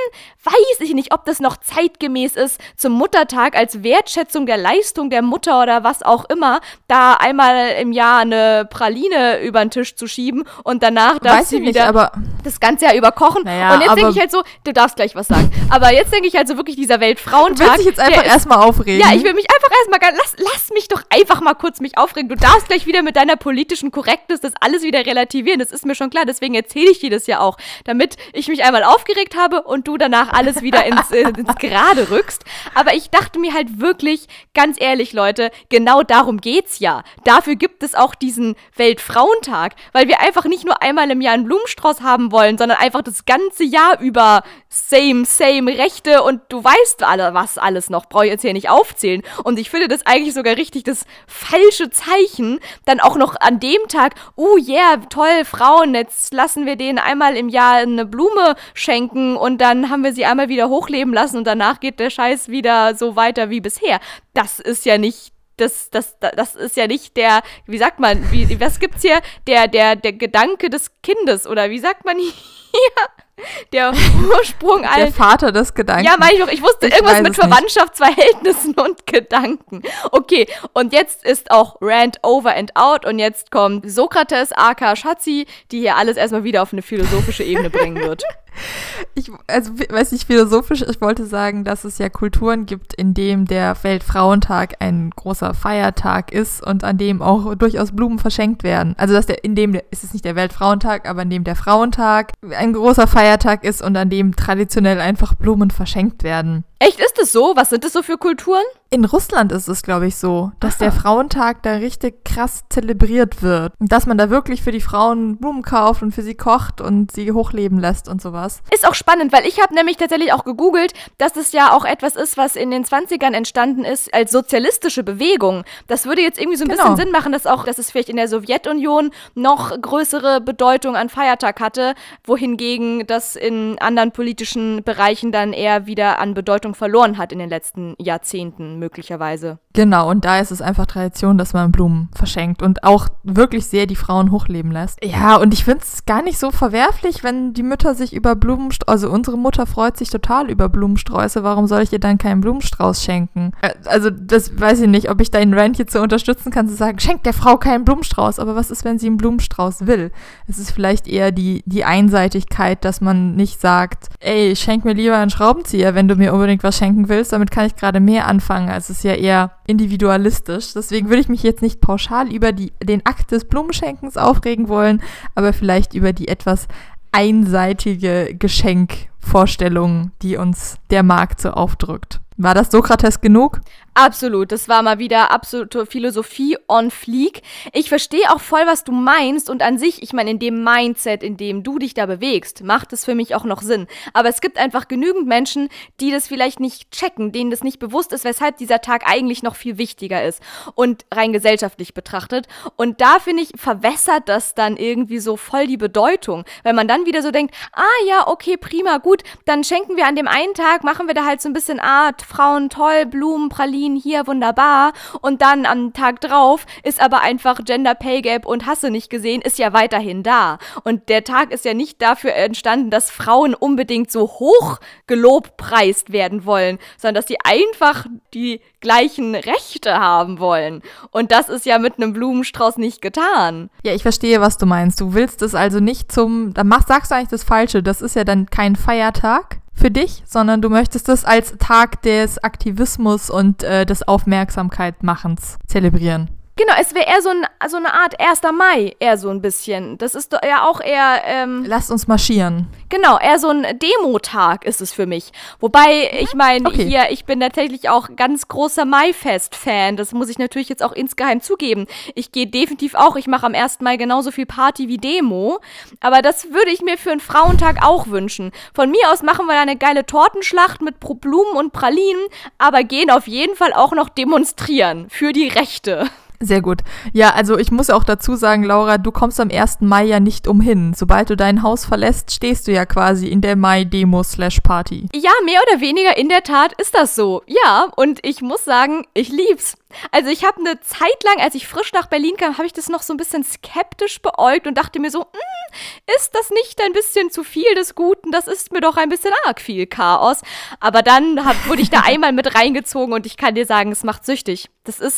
weiß ich nicht, ob das noch zeitgemäß ist, zum Muttertag als Wertschätzung der Leistung der Mutter oder was auch immer, da einmal im Jahr eine Praline über den Tisch zu schieben und danach darf sie wieder das ganze Jahr überkochen. Naja, und jetzt denke ich halt so, du darfst gleich was sagen, aber jetzt denke ich halt so wirklich, dieser Weltfrauentag. Du willst dich jetzt einfach erstmal aufregen. Ja, ich will mich einfach erstmal, lass mich doch einfach mal kurz mich aufregen. Du darfst gleich wieder mit deiner politischen Korrektness das alles wieder relativieren, das ist mir schon klar, deswegen erzähle ich dir das ja auch, damit ich mich einmal aufgeregt habe und du danach alles wieder ins Gerade rückst. Aber ich dachte mir halt wirklich, ganz ehrlich, Leute, genau darum geht's ja. Dafür gibt es auch diesen Weltfrauentag, weil wir einfach nicht nur einmal im Jahr einen Blumenstrauß haben wollen, sondern einfach das ganze Jahr über same Rechte und du weißt was alles noch, brauche ich jetzt hier nicht aufzählen. Und ich finde das eigentlich sogar richtig das falsche Zeichen, dann auch noch an dem Tag, yeah, toll, Frauen, jetzt lassen wir denen einmal im Jahr eine Blume schenken und dann haben wir sie einmal wieder hochleben lassen und danach geht der Scheiß wieder so weiter wie bisher. Das ist ja nicht das ist ja nicht der, wie sagt man, was gibt's hier? Der Gedanke des Kindes, oder wie sagt man hier? Der Ursprung der Vater des Gedankens. Ja, meine ich doch, ich wusste irgendwas mit Verwandtschaftsverhältnissen und Gedanken. Okay, und jetzt ist auch Rant over and out und jetzt kommt Sokrates, aka Schatzi, die hier alles erstmal wieder auf eine philosophische Ebene bringen wird. Weiß nicht, philosophisch, ich wollte sagen, dass es ja Kulturen gibt, in dem der Weltfrauentag ein großer Feiertag ist und an dem auch durchaus Blumen verschenkt werden. Also, ist es nicht der Weltfrauentag, aber in dem der Frauentag ein großer Feiertag ist und an dem traditionell einfach Blumen verschenkt werden. Echt, ist das so? Was sind das so für Kulturen? In Russland ist es, glaube ich, so, dass der Frauentag da richtig krass zelebriert wird. Und dass man da wirklich für die Frauen Blumen kauft und für sie kocht und sie hochleben lässt und sowas. Ist auch spannend, weil ich habe nämlich tatsächlich auch gegoogelt, dass es ja auch etwas ist, was in den 20ern entstanden ist als sozialistische Bewegung. Das würde jetzt irgendwie so ein bisschen Sinn machen, dass es vielleicht in der Sowjetunion noch größere Bedeutung an Feiertag hatte, wohingegen das in anderen politischen Bereichen dann eher wieder an Bedeutung verloren hat in den letzten Jahrzehnten möglicherweise. Genau, und da ist es einfach Tradition, dass man Blumen verschenkt und auch wirklich sehr die Frauen hochleben lässt. Ja, und ich finde es gar nicht so verwerflich, wenn die Mütter sich über also unsere Mutter freut sich total über Blumensträuße, warum soll ich ihr dann keinen Blumenstrauß schenken? Also das weiß ich nicht, ob ich deinen Rant jetzt so unterstützen kann, zu sagen, schenkt der Frau keinen Blumenstrauß, aber was ist, wenn sie einen Blumenstrauß will? Es ist vielleicht eher die Einseitigkeit, dass man nicht sagt, ey, schenk mir lieber einen Schraubenzieher, wenn du mir unbedingt was schenken willst, damit kann ich gerade mehr anfangen. Also es ist ja eher individualistisch. Deswegen würde ich mich jetzt nicht pauschal über den Akt des Blumenschenkens aufregen wollen, aber vielleicht über die etwas einseitige Geschenkvorstellung, die uns der Markt so aufdrückt. War das Sokrates genug? Absolut, das war mal wieder absolute Philosophie on fleek. Ich verstehe auch voll, was du meinst und an sich, ich meine, in dem Mindset, in dem du dich da bewegst, macht es für mich auch noch Sinn. Aber es gibt einfach genügend Menschen, die das vielleicht nicht checken, denen das nicht bewusst ist, weshalb dieser Tag eigentlich noch viel wichtiger ist und rein gesellschaftlich betrachtet. Und da, finde ich, verwässert das dann irgendwie so voll die Bedeutung, weil man dann wieder so denkt, ja, okay, prima, gut, dann schenken wir an dem einen Tag, machen wir da halt so ein bisschen Frauen toll, Blumen, Pralinen, hier wunderbar und dann am Tag drauf ist aber einfach Gender Pay Gap und hast du nicht gesehen, ist ja weiterhin da. Und der Tag ist ja nicht dafür entstanden, dass Frauen unbedingt so hoch gelobpreist werden wollen, sondern dass sie einfach die gleichen Rechte haben wollen. Und das ist ja mit einem Blumenstrauß nicht getan. Ja, ich verstehe, was du meinst. Du willst es also nicht sagst du eigentlich das Falsche. Das ist ja dann kein Feiertag für dich, sondern du möchtest es als Tag des Aktivismus und des Aufmerksamkeitmachens zelebrieren. Genau, es wäre eher so eine Art 1. Mai, eher so ein bisschen. Das ist ja auch eher Lasst uns marschieren. Genau, eher so ein Demotag ist es für mich. Wobei, ich meine, hier, ich bin tatsächlich auch ganz großer Maifest-Fan. Das muss ich natürlich jetzt auch insgeheim zugeben. Ich gehe definitiv auch, ich mache am 1. Mai genauso viel Party wie Demo. Aber das würde ich mir für einen Frauentag auch wünschen. Von mir aus machen wir da eine geile Tortenschlacht mit Blumen und Pralinen, aber gehen auf jeden Fall auch noch demonstrieren für die Rechte. Sehr gut. Ja, also ich muss auch dazu sagen, Laura, du kommst am 1. Mai ja nicht umhin. Sobald du dein Haus verlässt, stehst du ja quasi in der Mai-Demo/Party. Ja, mehr oder weniger in der Tat ist das so. Ja, und ich muss sagen, ich lieb's. Also ich habe eine Zeit lang, als ich frisch nach Berlin kam, habe ich das noch so ein bisschen skeptisch beäugt und dachte mir so, ist das nicht ein bisschen zu viel des Guten? Das ist mir doch ein bisschen arg viel Chaos. Aber dann wurde ich da einmal mit reingezogen und ich kann dir sagen, es macht süchtig.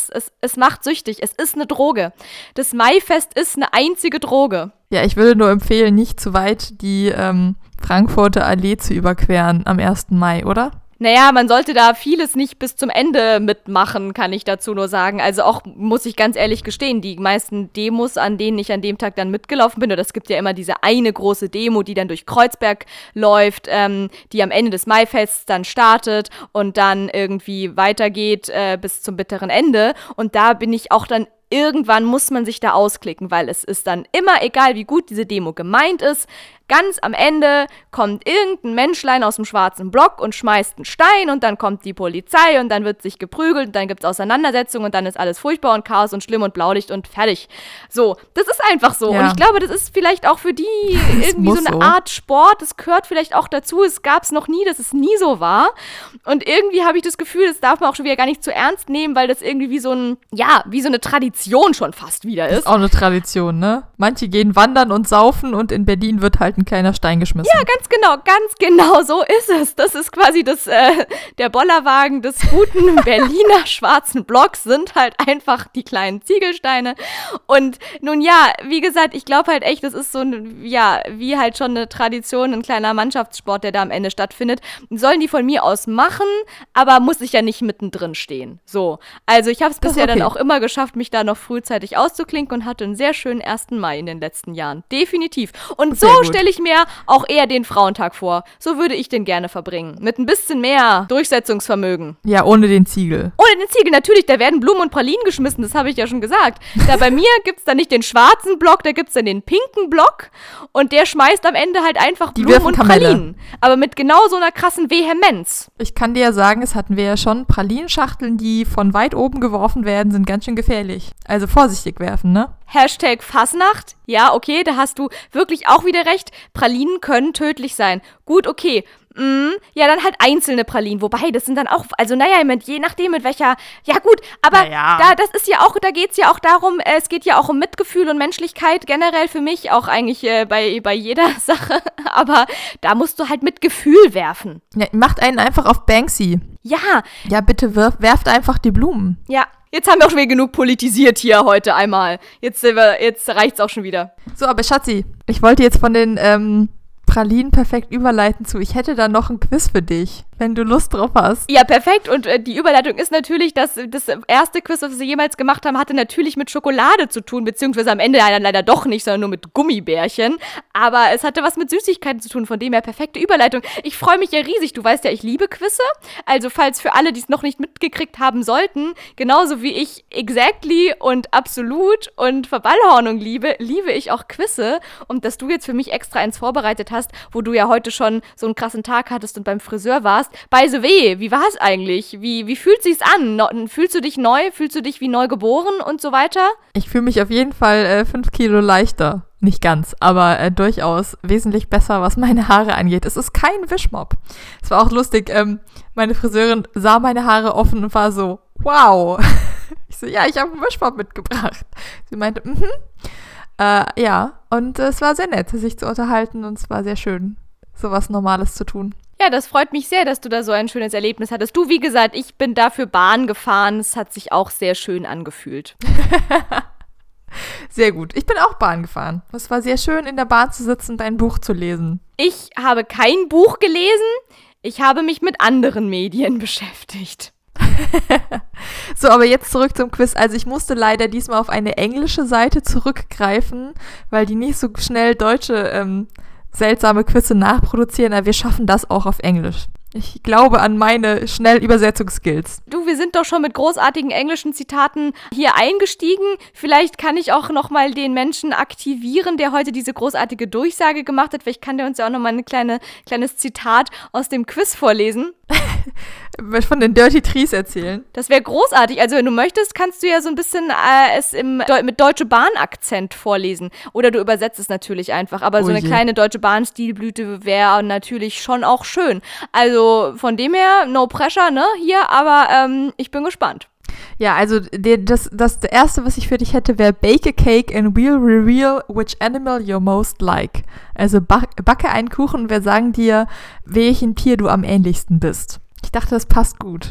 Es macht süchtig. Es ist eine Droge. Das Maifest ist eine einzige Droge. Ja, ich würde nur empfehlen, nicht zu weit die Frankfurter Allee zu überqueren am 1. Mai, oder? Naja, man sollte da vieles nicht bis zum Ende mitmachen, kann ich dazu nur sagen. Also auch, muss ich ganz ehrlich gestehen, die meisten Demos, an denen ich an dem Tag dann mitgelaufen bin, oder es gibt ja immer diese eine große Demo, die dann durch Kreuzberg läuft, die am Ende des Maifests dann startet und dann irgendwie weitergeht bis zum bitteren Ende. Und da bin ich auch dann irgendwann muss man sich da ausklicken, weil es ist dann immer, egal wie gut diese Demo gemeint ist, ganz am Ende kommt irgendein Menschlein aus dem schwarzen Block und schmeißt einen Stein und dann kommt die Polizei und dann wird sich geprügelt und dann gibt es Auseinandersetzungen und dann ist alles furchtbar und Chaos und schlimm und Blaulicht und fertig. So, das ist einfach so. Ja. Und ich glaube, das ist vielleicht auch für die irgendwie so eine Art Sport. Das gehört vielleicht auch dazu. Es gab es noch nie, dass es nie so war. Und irgendwie habe ich das Gefühl, das darf man auch schon wieder gar nicht zu ernst nehmen, weil das irgendwie wie so eine Tradition schon fast wieder ist. Das ist auch eine Tradition, ne? Manche gehen wandern und saufen und in Berlin wird halt ein kleiner Stein geschmissen. Ja, ganz genau, so ist es. Das ist quasi der Bollerwagen des guten Berliner schwarzen Blocks sind halt einfach die kleinen Ziegelsteine. Und nun ja, wie gesagt, ich glaube halt echt, das ist so wie halt schon eine Tradition, ein kleiner Mannschaftssport, der da am Ende stattfindet. Sollen die von mir aus machen, aber muss ich ja nicht mittendrin stehen. So, also ich habe es bisher dann auch immer geschafft, mich da noch frühzeitig auszuklinken und hatte einen sehr schönen 1. Mai in den letzten Jahren. Definitiv. Und so stelle ich mir auch eher den Frauentag vor. So würde ich den gerne verbringen. Mit ein bisschen mehr Durchsetzungsvermögen. Ja, ohne den Ziegel. Ohne den Ziegel, natürlich. Da werden Blumen und Pralinen geschmissen, das habe ich ja schon gesagt. Da bei mir gibt es dann nicht den schwarzen Block, da gibt es dann den pinken Block und der schmeißt am Ende halt einfach Blumen und Pralinen. Aber mit genau so einer krassen Vehemenz. Ich kann dir ja sagen, das hatten wir ja schon, Pralinenschachteln, die von weit oben geworfen werden, sind ganz schön gefährlich. Also vorsichtig werfen, ne? #Fasnacht. Ja, okay, da hast du wirklich auch wieder recht. Pralinen können tödlich sein. Gut, okay. Ja, dann halt einzelne Pralinen. Wobei, das sind dann auch, also naja, je nachdem mit welcher, ja gut, aber das ist ja auch, da geht's ja auch darum, es geht ja auch um Mitgefühl und Menschlichkeit generell für mich, auch eigentlich bei jeder Sache, aber da musst du halt mit Gefühl werfen. Ja, macht einen einfach auf Banksy. Ja. Ja, bitte werft einfach die Blumen. Ja. Jetzt haben wir auch schon wieder genug politisiert hier heute einmal. Jetzt reicht's auch schon wieder. So, aber Schatzi, ich wollte jetzt von den Pralinen perfekt überleiten zu. Ich hätte da noch ein Quiz für dich, wenn du Lust drauf hast. Ja, perfekt. Und die Überleitung ist natürlich, dass das erste Quiz, was wir jemals gemacht haben, hatte natürlich mit Schokolade zu tun, beziehungsweise am Ende leider doch nicht, sondern nur mit Gummibärchen. Aber es hatte was mit Süßigkeiten zu tun, von dem her perfekte Überleitung. Ich freue mich ja riesig. Du weißt ja, ich liebe Quizze. Also falls für alle, die es noch nicht mitgekriegt haben sollten, genauso wie ich Exactly und Absolut und Verballhornung liebe ich auch Quizze. Und dass du jetzt für mich extra eins vorbereitet hast, wo du ja heute schon so einen krassen Tag hattest und beim Friseur warst. By the way, wie war es eigentlich? Wie fühlt sich's an? Fühlst du dich neu? Fühlst du dich wie neu geboren und so weiter? Ich fühle mich auf jeden Fall 5 Kilo leichter. Nicht ganz, aber durchaus wesentlich besser, was meine Haare angeht. Es ist kein Wischmopp. Es war auch lustig. Meine Friseurin sah meine Haare offen und war so, wow. Ich so, ja, ich habe einen Wischmopp mitgebracht. Sie meinte, ja, und es war sehr nett, sich zu unterhalten und es war sehr schön, sowas Normales zu tun. Ja, das freut mich sehr, dass du da so ein schönes Erlebnis hattest. Du, wie gesagt, ich bin dafür Bahn gefahren. Es hat sich auch sehr schön angefühlt. Sehr gut. Ich bin auch Bahn gefahren. Es war sehr schön, in der Bahn zu sitzen und ein Buch zu lesen. Ich habe kein Buch gelesen. Ich habe mich mit anderen Medien beschäftigt. So, aber jetzt zurück zum Quiz. Also ich musste leider diesmal auf eine englische Seite zurückgreifen, weil die nicht so schnell deutsche seltsame Quizze nachproduzieren. Aber wir schaffen das auch auf Englisch. Ich glaube an meine Schnellübersetzungsskills. Du, wir sind doch schon mit großartigen englischen Zitaten hier eingestiegen. Vielleicht kann ich auch noch mal den Menschen aktivieren, der heute diese großartige Durchsage gemacht hat. Vielleicht kann der uns ja auch noch mal ein kleines Zitat aus dem Quiz vorlesen. Von den Dirty Trees erzählen. Das wäre großartig. Also wenn du möchtest, kannst du ja so ein bisschen es mit Deutsche Bahn-Akzent vorlesen. Oder du übersetzt es natürlich einfach. Aber so eine kleine Deutsche Bahn-Stilblüte wäre natürlich schon auch schön. Also von dem her, no pressure, ne, hier. Aber ich bin gespannt. Ja, also das Erste, was ich für dich hätte, wäre Bake a cake and we'll reveal which animal you're most like. Also backe einen Kuchen und wir sagen dir, welchen Tier du am ähnlichsten bist. Ich dachte, das passt gut.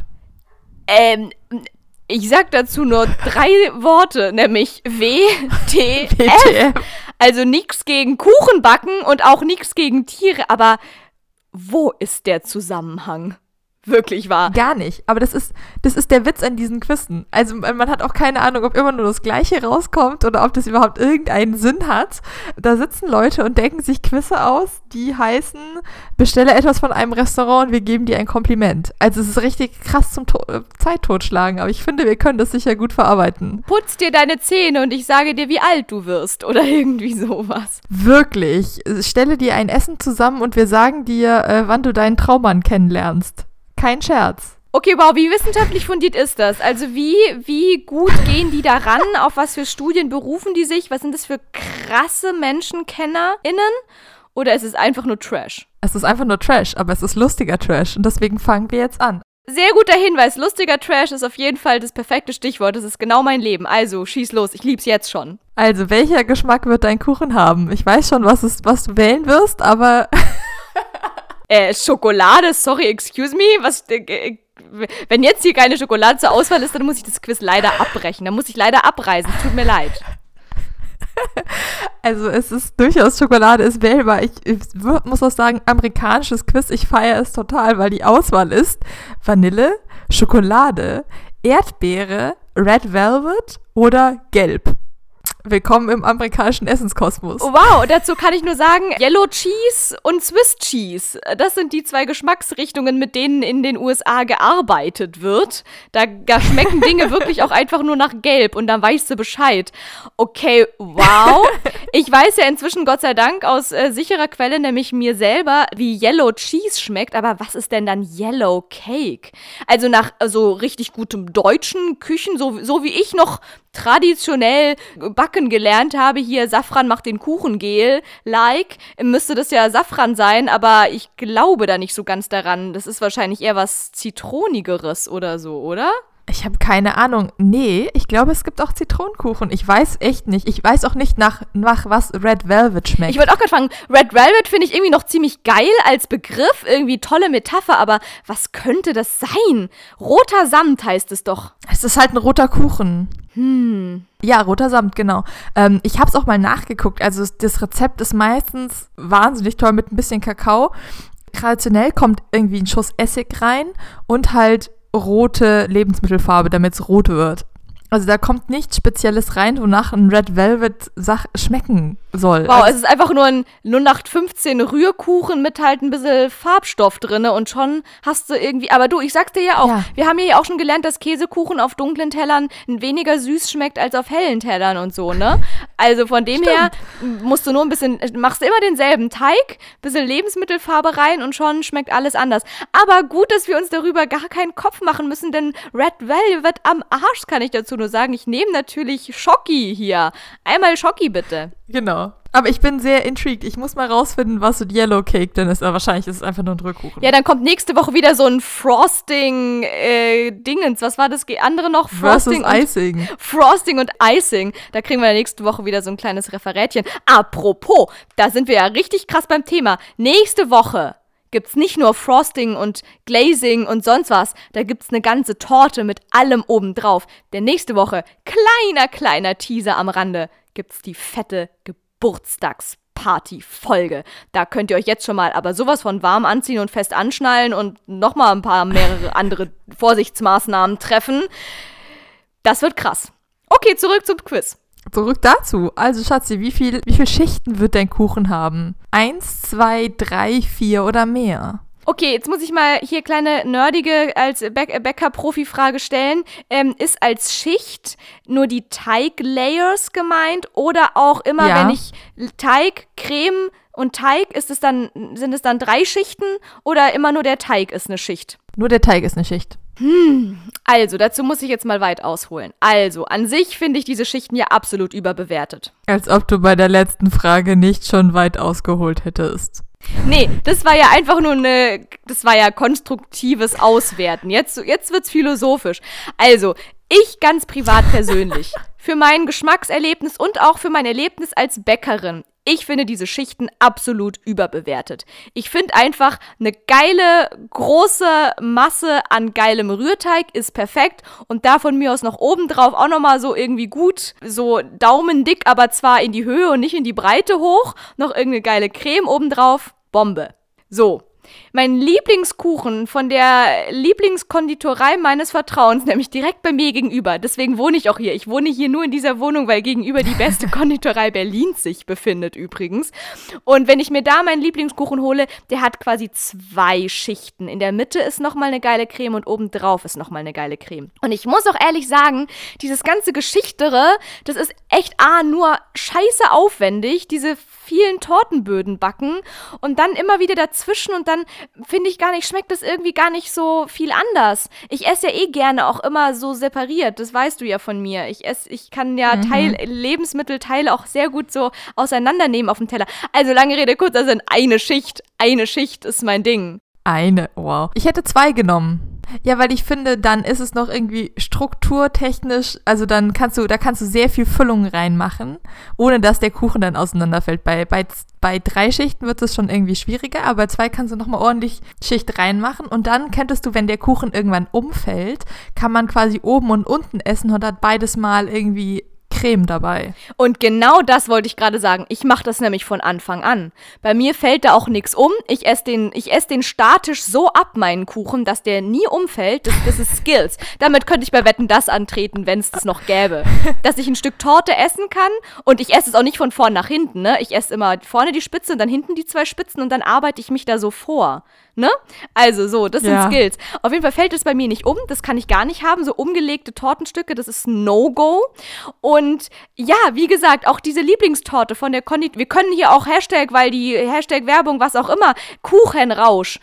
Ich sag dazu nur 3 Worte, nämlich WTF. Also nichts gegen Kuchenbacken und auch nichts gegen Tiere, aber wo ist der Zusammenhang? wirklich wahr. Gar nicht. Aber das ist der Witz an diesen Quizzen. Also man hat auch keine Ahnung, ob immer nur das Gleiche rauskommt oder ob das überhaupt irgendeinen Sinn hat. Da sitzen Leute und denken sich Quizze aus, die heißen, bestelle etwas von einem Restaurant und wir geben dir ein Kompliment. Also es ist richtig krass zum Zeit totschlagen, aber ich finde, wir können das sicher gut verarbeiten. Putz dir deine Zähne und ich sage dir, wie alt du wirst oder irgendwie sowas. Wirklich. Stelle dir ein Essen zusammen und wir sagen dir, wann du deinen Traummann kennenlernst. Kein Scherz. Okay, wow, wie wissenschaftlich fundiert ist das? Also wie gut gehen die da ran? Auf was für Studien berufen die sich? Was sind das für krasse MenschenkennerInnen? Oder ist es einfach nur Trash? Es ist einfach nur Trash, aber es ist lustiger Trash und deswegen fangen wir jetzt an. Sehr guter Hinweis. Lustiger Trash ist auf jeden Fall das perfekte Stichwort. Das ist genau mein Leben. Also, schieß los. Ich lieb's jetzt schon. Also, welcher Geschmack wird dein Kuchen haben? Ich weiß schon, was du wählen wirst, aber... Schokolade, sorry, excuse me, wenn jetzt hier keine Schokolade zur Auswahl ist, dann muss ich das Quiz leider abbrechen, dann muss ich leider abreisen, es tut mir leid. Also es ist durchaus Schokolade, ist wählbar. Ich muss auch sagen, amerikanisches Quiz, ich feiere es total, weil die Auswahl ist Vanille, Schokolade, Erdbeere, Red Velvet oder Gelb. Willkommen im amerikanischen Essenskosmos. Oh, wow, dazu kann ich nur sagen, Yellow Cheese und Swiss Cheese. Das sind die 2 Geschmacksrichtungen, mit denen in den USA gearbeitet wird. Da schmecken Dinge wirklich auch einfach nur nach Gelb und dann weißt du Bescheid. Okay, wow. Ich weiß ja inzwischen, Gott sei Dank, aus sicherer Quelle, nämlich mir selber, wie Yellow Cheese schmeckt. Aber was ist denn dann Yellow Cake? Also nach so richtig gutem deutschen Küchen, so wie ich noch traditionell backen gelernt habe, hier Safran macht den Kuchengel, müsste das ja Safran sein, aber ich glaube da nicht so ganz daran. Das ist wahrscheinlich eher was Zitronigeres oder so, oder? Ich habe keine Ahnung. Nee, ich glaube, es gibt auch Zitronenkuchen. Ich weiß echt nicht. Ich weiß auch nicht, nach was Red Velvet schmeckt. Ich wollte auch gerade fragen, Red Velvet finde ich irgendwie noch ziemlich geil als Begriff. Irgendwie tolle Metapher, aber was könnte das sein? Roter Samt heißt es doch. Es ist halt ein roter Kuchen. Ja, roter Samt, genau. Ich habe es auch mal nachgeguckt. Also das Rezept ist meistens wahnsinnig toll mit ein bisschen Kakao. Traditionell kommt irgendwie ein Schuss Essig rein und halt rote Lebensmittelfarbe, damit es rot wird. Also da kommt nichts Spezielles rein, wonach ein Red Velvet schmecken soll. Wow, es ist einfach nur ein 0815 Rührkuchen mit halt ein bisschen Farbstoff drin und schon hast du irgendwie, aber du, ich sag's dir ja auch, wir haben ja auch schon gelernt, dass Käsekuchen auf dunklen Tellern weniger süß schmeckt als auf hellen Tellern und so, ne? Also von dem her musst du nur ein bisschen, machst immer denselben Teig, bisschen Lebensmittelfarbe rein und schon schmeckt alles anders. Aber gut, dass wir uns darüber gar keinen Kopf machen müssen, denn Red Velvet am Arsch, kann ich dazu nur sagen. Ich nehme natürlich Schoki hier. Einmal Schoki bitte. Genau. Aber ich bin sehr intrigued. Ich muss mal rausfinden, was so ein Yellow Cake denn ist. Aber wahrscheinlich ist es einfach nur ein Rührkuchen. Ja, dann kommt nächste Woche wieder so ein Frosting-Dingens. Was war das andere noch? Frosting versus Icing. Frosting und Icing. Da kriegen wir nächste Woche wieder so ein kleines Referätchen. Apropos, da sind wir ja richtig krass beim Thema. Nächste Woche gibt's nicht nur Frosting und Glazing und sonst was, da gibt's eine ganze Torte mit allem obendrauf. Denn nächste Woche, kleiner Teaser am Rande, gibt's die fette Geburtstagsparty-Folge. Da könnt ihr euch jetzt schon mal aber sowas von warm anziehen und fest anschnallen und nochmal mehrere andere Vorsichtsmaßnahmen treffen. Das wird krass. Okay, zurück zum Quiz. Zurück dazu. Also Schatzi, wie viel Schichten wird dein Kuchen haben? 1, 2, 3, 4 oder mehr? Okay, jetzt muss ich mal hier kleine nerdige als Bäcker-Profi-Frage stellen. Ist als Schicht nur die Teig-Layers gemeint oder auch immer, wenn ich Teig, Creme und Teig, sind es dann 3 Schichten oder immer nur der Teig ist eine Schicht? Nur der Teig ist eine Schicht. Also, dazu muss ich jetzt mal weit ausholen. Also, an sich finde ich diese Schichten ja absolut überbewertet. Als ob du bei der letzten Frage nicht schon weit ausgeholt hättest. Nee, das war ja einfach nur das war ja konstruktives Auswerten. Jetzt wird's philosophisch. Also, ich ganz privat persönlich, für mein Geschmackserlebnis und auch für mein Erlebnis als Bäckerin, ich finde diese Schichten absolut überbewertet. Ich finde einfach, eine geile, große Masse an geilem Rührteig ist perfekt und da von mir aus noch obendrauf auch nochmal so irgendwie gut, so daumendick, aber zwar in die Höhe und nicht in die Breite hoch, noch irgendeine geile Creme obendrauf, Bombe. So, Mein Lieblingskuchen von der Lieblingskonditorei meines Vertrauens, nämlich direkt bei mir gegenüber. Deswegen wohne ich auch hier. Ich wohne hier nur in dieser Wohnung, weil gegenüber die beste Konditorei Berlins sich befindet übrigens. Und wenn ich mir da meinen Lieblingskuchen hole, der hat quasi 2 Schichten. In der Mitte ist nochmal eine geile Creme und obendrauf ist nochmal eine geile Creme. Und ich muss auch ehrlich sagen, dieses ganze Geschichtere, das ist echt nur scheiße aufwendig, diese vielen Tortenböden backen und dann immer wieder dazwischen und dann finde ich schmeckt das irgendwie gar nicht so viel anders. Ich esse ja gerne auch immer so separiert, das weißt du ja von mir. Ich kann ja Lebensmittelteile auch sehr gut so auseinandernehmen auf dem Teller. Also lange Rede, kurzer Sinn, eine Schicht ist mein Ding. Wow. Ich hätte 2 genommen. Ja, weil ich finde, dann ist es noch irgendwie strukturtechnisch, also da kannst du sehr viel Füllung reinmachen, ohne dass der Kuchen dann auseinanderfällt. Bei 3 Schichten wird es schon irgendwie schwieriger, aber bei 2 kannst du nochmal ordentlich Schicht reinmachen und dann könntest du, wenn der Kuchen irgendwann umfällt, kann man quasi oben und unten essen und hat beides mal irgendwie Creme dabei. Und genau das wollte ich gerade sagen. Ich mache das nämlich von Anfang an. Bei mir fällt da auch nichts um. Ich esse den statisch so ab, meinen Kuchen, dass der nie umfällt. Das ist Skills. Damit könnte ich bei Wetten, das antreten, wenn es das noch gäbe. Dass ich ein Stück Torte essen kann und ich esse es auch nicht von vorn nach hinten. Ne? Ich esse immer vorne die Spitze und dann hinten die 2 Spitzen und dann arbeite ich mich da so vor. Ne? Also so, das sind Skills. Auf jeden Fall fällt es bei mir nicht um, das kann ich gar nicht haben. So umgelegte Tortenstücke, das ist No-Go. Und ja, wie gesagt, auch diese Lieblingstorte von der Konditorei, wir können hier auch Hashtag, weil die Hashtag-Werbung, was auch immer, Kuchenrausch,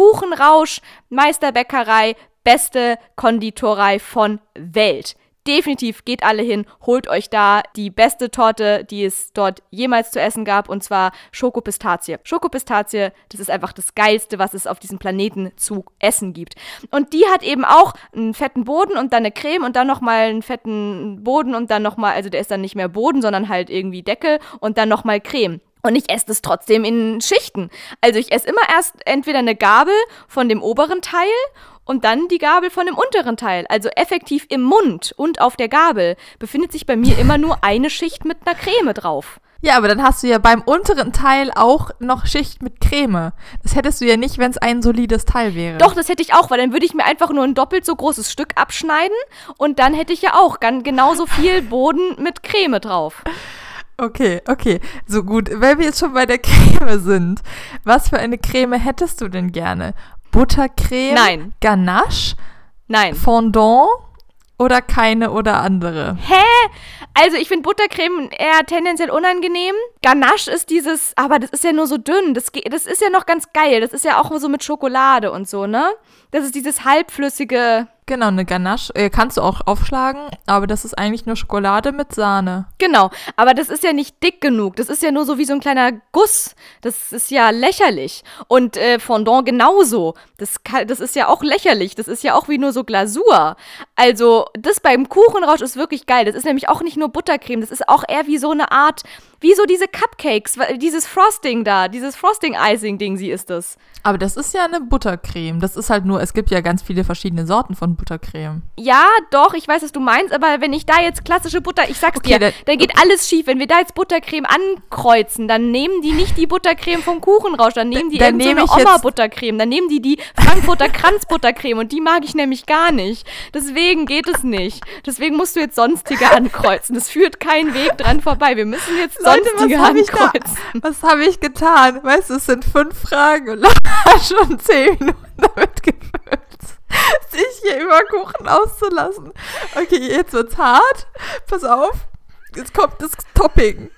Meisterbäckerei, beste Konditorei von Welt. Definitiv, geht alle hin, holt euch da die beste Torte, die es dort jemals zu essen gab, und zwar Schokopistazie. Schokopistazie, das ist einfach das Geilste, was es auf diesem Planeten zu essen gibt. Und die hat eben auch einen fetten Boden und dann eine Creme und dann nochmal einen fetten Boden und dann nochmal, also der ist dann nicht mehr Boden, sondern halt irgendwie Deckel und dann nochmal Creme. Und ich esse das trotzdem in Schichten. Also ich esse immer erst entweder eine Gabel von dem oberen Teil und dann die Gabel von dem unteren Teil. Also effektiv im Mund und auf der Gabel befindet sich bei mir immer nur eine Schicht mit einer Creme drauf. Ja, aber dann hast du ja beim unteren Teil auch noch Schicht mit Creme. Das hättest du ja nicht, wenn es ein solides Teil wäre. Doch, das hätte ich auch, weil dann würde ich mir einfach nur ein doppelt so großes Stück abschneiden und dann hätte ich ja auch genauso viel Boden mit Creme drauf. Okay. So gut, weil wir jetzt schon bei der Creme sind. Was für eine Creme hättest du denn gerne? Buttercreme? Nein. Ganache? Nein. Fondant? Oder keine oder andere? Hä? Also ich finde Buttercreme eher tendenziell unangenehm. Ganache ist aber das ist ja nur so dünn. Das ist ja noch ganz geil. Das ist ja auch so mit Schokolade und so, ne? Das ist dieses halbflüssige... Genau, eine Ganache kannst du auch aufschlagen, aber das ist eigentlich nur Schokolade mit Sahne. Genau, aber das ist ja nicht dick genug. Das ist ja nur so wie so ein kleiner Guss. Das ist ja lächerlich. Und Fondant genauso. Das ist ja auch lächerlich. Das ist ja auch wie nur so Glasur. Also das beim Kuchenrausch ist wirklich geil. Das ist nämlich auch nicht nur Buttercreme. Das ist auch eher wie so eine Art, wie so diese Cupcakes, dieses Frosting da, dieses Frosting-Icing-Ding, sie ist das. Aber das ist ja eine Buttercreme. Das ist halt nur, es gibt ja ganz viele verschiedene Sorten von Buttercreme. Ja, doch, ich weiß, was du meinst, aber wenn ich da jetzt klassische Butter, ich sag's dir, dann geht alles schief. Wenn wir da jetzt Buttercreme ankreuzen, dann nehmen die nicht die Buttercreme vom Kuchenrausch, dann nehmen die irgendeine Oma-Buttercreme, dann nehmen die Frankfurter Kranz-Buttercreme und die mag ich nämlich gar nicht. Deswegen geht es nicht. Deswegen musst du jetzt sonstige ankreuzen. Das führt keinen Weg dran vorbei. Wir müssen jetzt sonstige ankreuzen. Was habe ich getan? Weißt du, es sind 5 Fragen und schon 10 Minuten damit gefüllt, sich hier über Kuchen auszulassen. Okay, jetzt wird's hart. Pass auf. Jetzt kommt das Topping.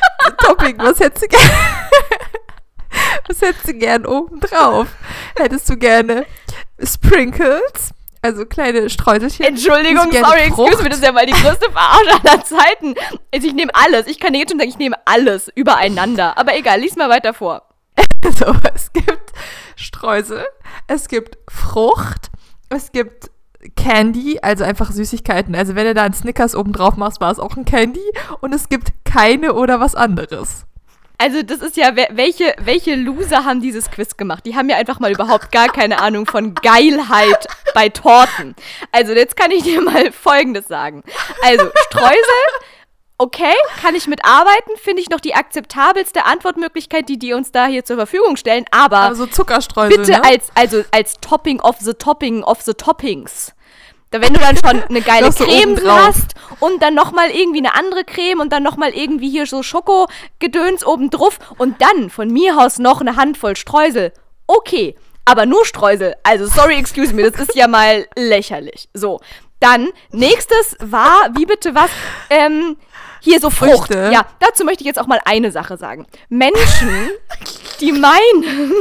Was hättest du gern oben drauf? Hättest du gerne Sprinkles? Also kleine Streuselchen. Entschuldigung, sorry, excuse me, das ist ja mal die größte Verarsche aller Zeiten. Also ich nehme alles. Ich kann dir jetzt schon sagen, ich nehme alles übereinander. Aber egal, lies mal weiter vor. So, es gibt Streusel, es gibt Frucht, es gibt Candy, also einfach Süßigkeiten. Also wenn du da einen Snickers oben drauf machst, war es auch ein Candy. Und es gibt keine oder was anderes. Also das ist ja, welche Loser haben dieses Quiz gemacht? Die haben ja einfach mal überhaupt gar keine Ahnung von Geilheit bei Torten. Also jetzt kann ich dir mal Folgendes sagen. Also Streusel Okay, kann ich mitarbeiten, finde ich noch die akzeptabelste Antwortmöglichkeit, die uns da hier zur Verfügung stellen, aber so Zuckerstreusel, bitte ne? als Topping of the Toppings. Wenn du dann schon eine geile Creme hast und dann nochmal irgendwie eine andere Creme und dann nochmal irgendwie hier so Schoko-Gedöns obendrauf und dann von mir aus noch eine Handvoll Streusel. Okay, aber nur Streusel. Also, sorry, excuse me, das ist ja mal lächerlich. So, dann, nächstes war, wie bitte was? Hier so Frucht. Früchte. Ja, dazu möchte ich jetzt auch mal eine Sache sagen. Menschen, die meinen,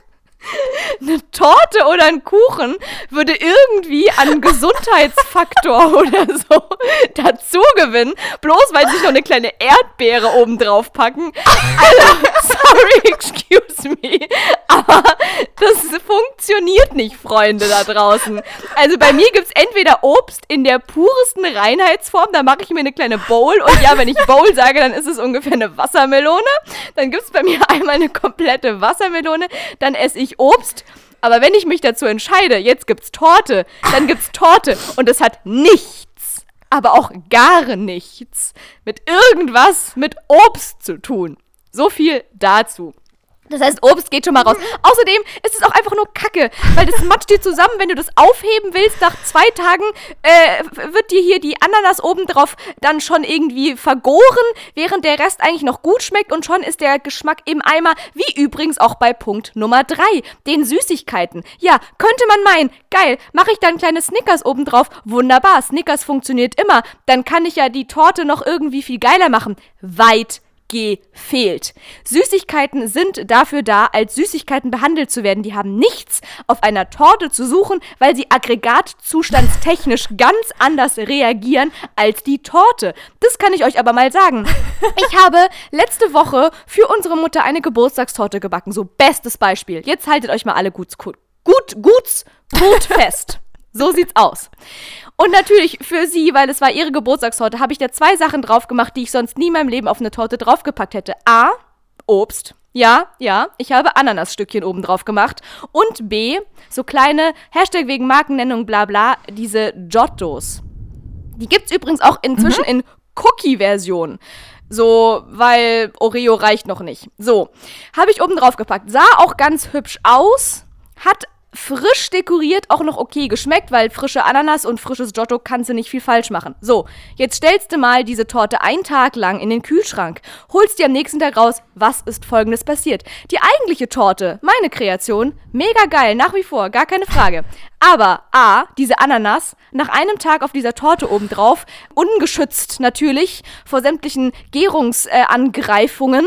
eine Torte oder ein Kuchen würde irgendwie an Gesundheitsfaktor oder so dazu gewinnen, bloß weil sie sich noch eine kleine Erdbeere oben drauf packen. Also, sorry, excuse me, aber das funktioniert nicht, Freunde da draußen. Also bei mir gibt's entweder Obst in der puresten Reinheitsform, da mache ich mir eine kleine Bowl und ja, wenn ich Bowl sage, dann ist es ungefähr eine Wassermelone. Dann gibt's bei mir einmal eine komplette Wassermelone, dann esse ich Obst. Aber wenn ich mich dazu entscheide, jetzt gibt's Torte, dann gibt's Torte und es hat nichts, aber auch gar nichts mit irgendwas mit Obst zu tun. So viel dazu. Das heißt, Obst geht schon mal raus. Außerdem ist es auch einfach nur Kacke, weil das matscht dir zusammen, wenn du das aufheben willst. Nach 2 Tagen wird dir hier die Ananas obendrauf dann schon irgendwie vergoren, während der Rest eigentlich noch gut schmeckt und schon ist der Geschmack im Eimer, wie übrigens auch bei Punkt Nummer 3, den Süßigkeiten. Ja, könnte man meinen, geil, mache ich da ein kleines Snickers obendrauf, wunderbar, Snickers funktioniert immer, dann kann ich ja die Torte noch irgendwie viel geiler machen. Weit gefehlt. Süßigkeiten sind dafür da, als Süßigkeiten behandelt zu werden. Die haben nichts auf einer Torte zu suchen, weil sie aggregatzustandstechnisch ganz anders reagieren als die Torte. Das kann ich euch aber mal sagen. Ich habe letzte Woche für unsere Mutter eine Geburtstagstorte gebacken. So, bestes Beispiel. Jetzt haltet euch mal alle gut fest. So sieht's aus. Und natürlich für sie, weil es war ihre Geburtstagstorte, habe ich da 2 Sachen drauf gemacht, die ich sonst nie in meinem Leben auf eine Torte draufgepackt hätte. A, Obst. Ja, ich habe Ananasstückchen oben drauf gemacht. Und B, so kleine, Hashtag wegen Markennennung, bla bla, diese Giottos. Die gibt's übrigens auch inzwischen in Cookie-Version. So, weil Oreo reicht noch nicht. So, habe ich oben drauf gepackt. Sah auch ganz hübsch aus, hat frisch dekoriert auch noch okay geschmeckt, weil frische Ananas und frisches Giotto kannst du nicht viel falsch machen. So, jetzt stellst du mal diese Torte 1 Tag lang in den Kühlschrank, holst die am nächsten Tag raus. Was ist Folgendes passiert? Die eigentliche Torte, meine Kreation, mega geil, nach wie vor, gar keine Frage. Aber A, diese Ananas, nach einem Tag auf dieser Torte obendrauf, ungeschützt natürlich vor sämtlichen Gärungsangriffen,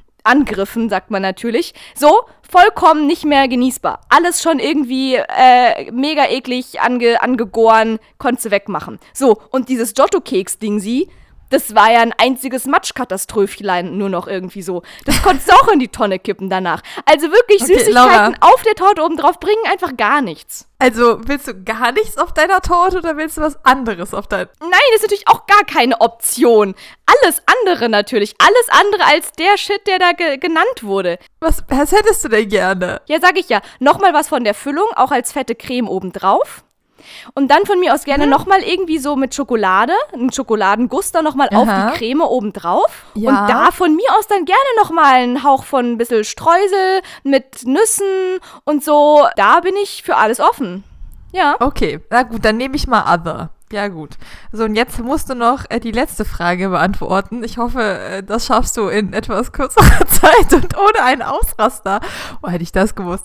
sagt man natürlich, so, vollkommen nicht mehr genießbar. Alles schon irgendwie mega eklig angegoren, konntest du wegmachen. So, und dieses Giotto-Keks-Ding, das war ja ein einziges Matschkataströfchen nur noch irgendwie so. Das konntest du auch in die Tonne kippen danach. Also wirklich, okay, Süßigkeiten Laura, auf der Torte oben drauf bringen einfach gar nichts. Also willst du gar nichts auf deiner Torte oder willst du was anderes auf deiner? Nein, das ist natürlich auch gar keine Option. Alles andere natürlich. Alles andere als der Shit, der da genannt wurde. Was hättest du denn gerne? Ja, sag ich ja. Nochmal was von der Füllung, auch als fette Creme obendrauf. Und dann von mir aus gerne nochmal irgendwie so mit Schokolade, einen Schokoladenguss da nochmal auf die Creme obendrauf. Ja. Und da von mir aus dann gerne nochmal einen Hauch von ein bisschen Streusel mit Nüssen und so. Da bin ich für alles offen. Ja. Okay, na gut, dann nehme ich mal Other. Ja gut. So, und jetzt musst du noch die letzte Frage beantworten. Ich hoffe, das schaffst du in etwas kürzerer Zeit und ohne einen Ausraster. Oh, hätte ich das gewusst.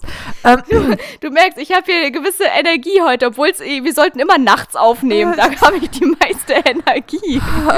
Du merkst, ich habe hier eine gewisse Energie heute, obwohl wir sollten immer nachts aufnehmen. Da habe ich die meiste Energie.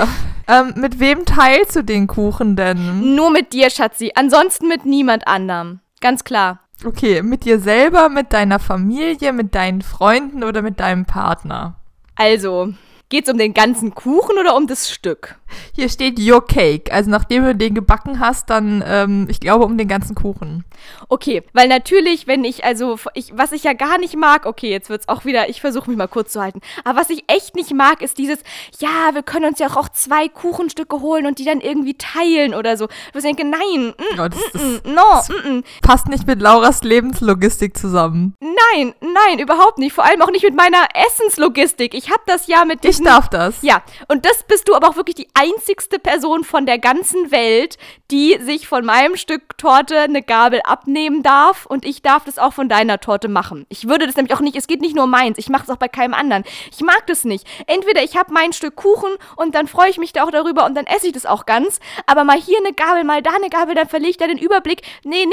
Mit wem teilst du den Kuchen denn? Nur mit dir, Schatzi. Ansonsten mit niemand anderem. Ganz klar. Okay, mit dir selber, mit deiner Familie, mit deinen Freunden oder mit deinem Partner? Also, geht's um den ganzen Kuchen oder um das Stück? Hier steht Your Cake. Also nachdem du den gebacken hast, dann, ich glaube, um den ganzen Kuchen. Okay, weil natürlich, was ich ja gar nicht mag, okay, jetzt wird's auch wieder, ich versuche mich mal kurz zu halten, aber was ich echt nicht mag, ist dieses, ja, wir können uns ja auch 2 Kuchenstücke holen und die dann irgendwie teilen oder so. Ich denke, nein, passt nicht mit Lauras Lebenslogistik zusammen. Nein, überhaupt nicht. Vor allem auch nicht mit meiner Essenslogistik. Ich habe das ja mit dich darf das. Ja, und das bist du aber auch wirklich die einzigste Person von der ganzen Welt, die sich von meinem Stück Torte eine Gabel abnehmen darf und ich darf das auch von deiner Torte machen. Ich würde das nämlich auch nicht, es geht nicht nur meins, ich mache es auch bei keinem anderen. Ich mag das nicht. Entweder ich habe mein Stück Kuchen und dann freue ich mich da auch darüber und dann esse ich das auch ganz, aber mal hier eine Gabel, mal da eine Gabel, dann verliere ich da den Überblick.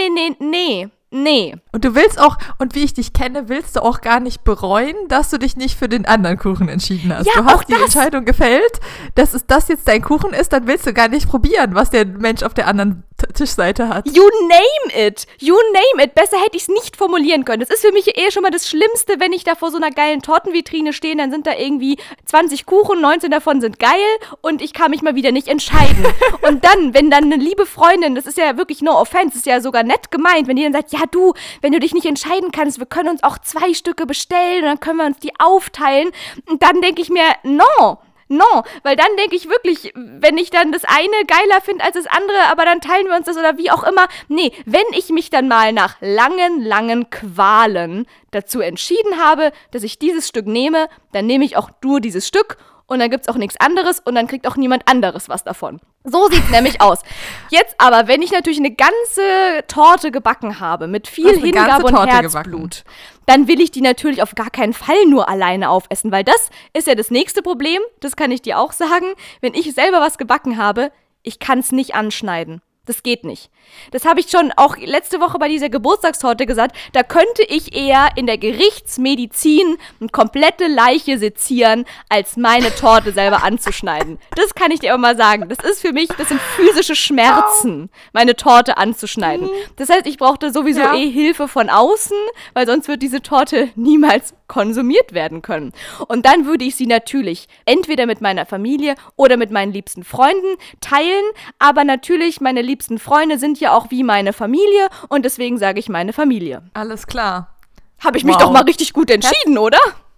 Nee. Und du willst auch, und wie ich dich kenne, willst du auch gar nicht bereuen, dass du dich nicht für den anderen Kuchen entschieden hast. Ja, du hast die Entscheidung gefällt, dass es das jetzt dein Kuchen ist, dann willst du gar nicht probieren, was der Mensch auf der anderen Tischseite hat. You name it. Besser hätte ich es nicht formulieren können. Das ist für mich schon mal das Schlimmste, wenn ich da vor so einer geilen Tortenvitrine stehe, dann sind da irgendwie 20 Kuchen, 19 davon sind geil und ich kann mich mal wieder nicht entscheiden. Und dann, wenn dann eine liebe Freundin, das ist ja wirklich no offense, ist ja sogar nett gemeint, wenn die dann sagt, ja du, wenn du dich nicht entscheiden kannst, wir können uns auch 2 Stücke bestellen und dann können wir uns die aufteilen. Und dann denke ich mir, no, weil dann denke ich wirklich, wenn ich dann das eine geiler finde als das andere, aber dann teilen wir uns das oder wie auch immer. Nee, wenn ich mich dann mal nach langen Qualen dazu entschieden habe, dass ich dieses Stück nehme, dann nehme ich auch nur dieses Stück und dann gibt's auch nichts anderes und dann kriegt auch niemand anderes was davon. So sieht's nämlich aus. Jetzt aber, wenn ich natürlich eine ganze Torte gebacken habe, mit viel Hingabe und Herzblut, dann will ich die natürlich auf gar keinen Fall nur alleine aufessen, weil das ist ja das nächste Problem, das kann ich dir auch sagen, wenn ich selber was gebacken habe, ich kann's nicht anschneiden. Das geht nicht. Das habe ich schon auch letzte Woche bei dieser Geburtstagstorte gesagt. Da könnte ich eher in der Gerichtsmedizin eine komplette Leiche sezieren, als meine Torte selber anzuschneiden. Das kann ich dir aber mal sagen. Das ist für mich, das sind physische Schmerzen, meine Torte anzuschneiden. Das heißt, ich brauchte sowieso Hilfe von außen, weil sonst wird diese Torte niemals konsumiert werden können. Und dann würde ich sie natürlich entweder mit meiner Familie oder mit meinen liebsten Freunden teilen, aber natürlich meine liebsten Freunde sind ja auch wie meine Familie und deswegen sage ich meine Familie. Alles klar. Habe ich mich doch mal richtig gut entschieden, oder?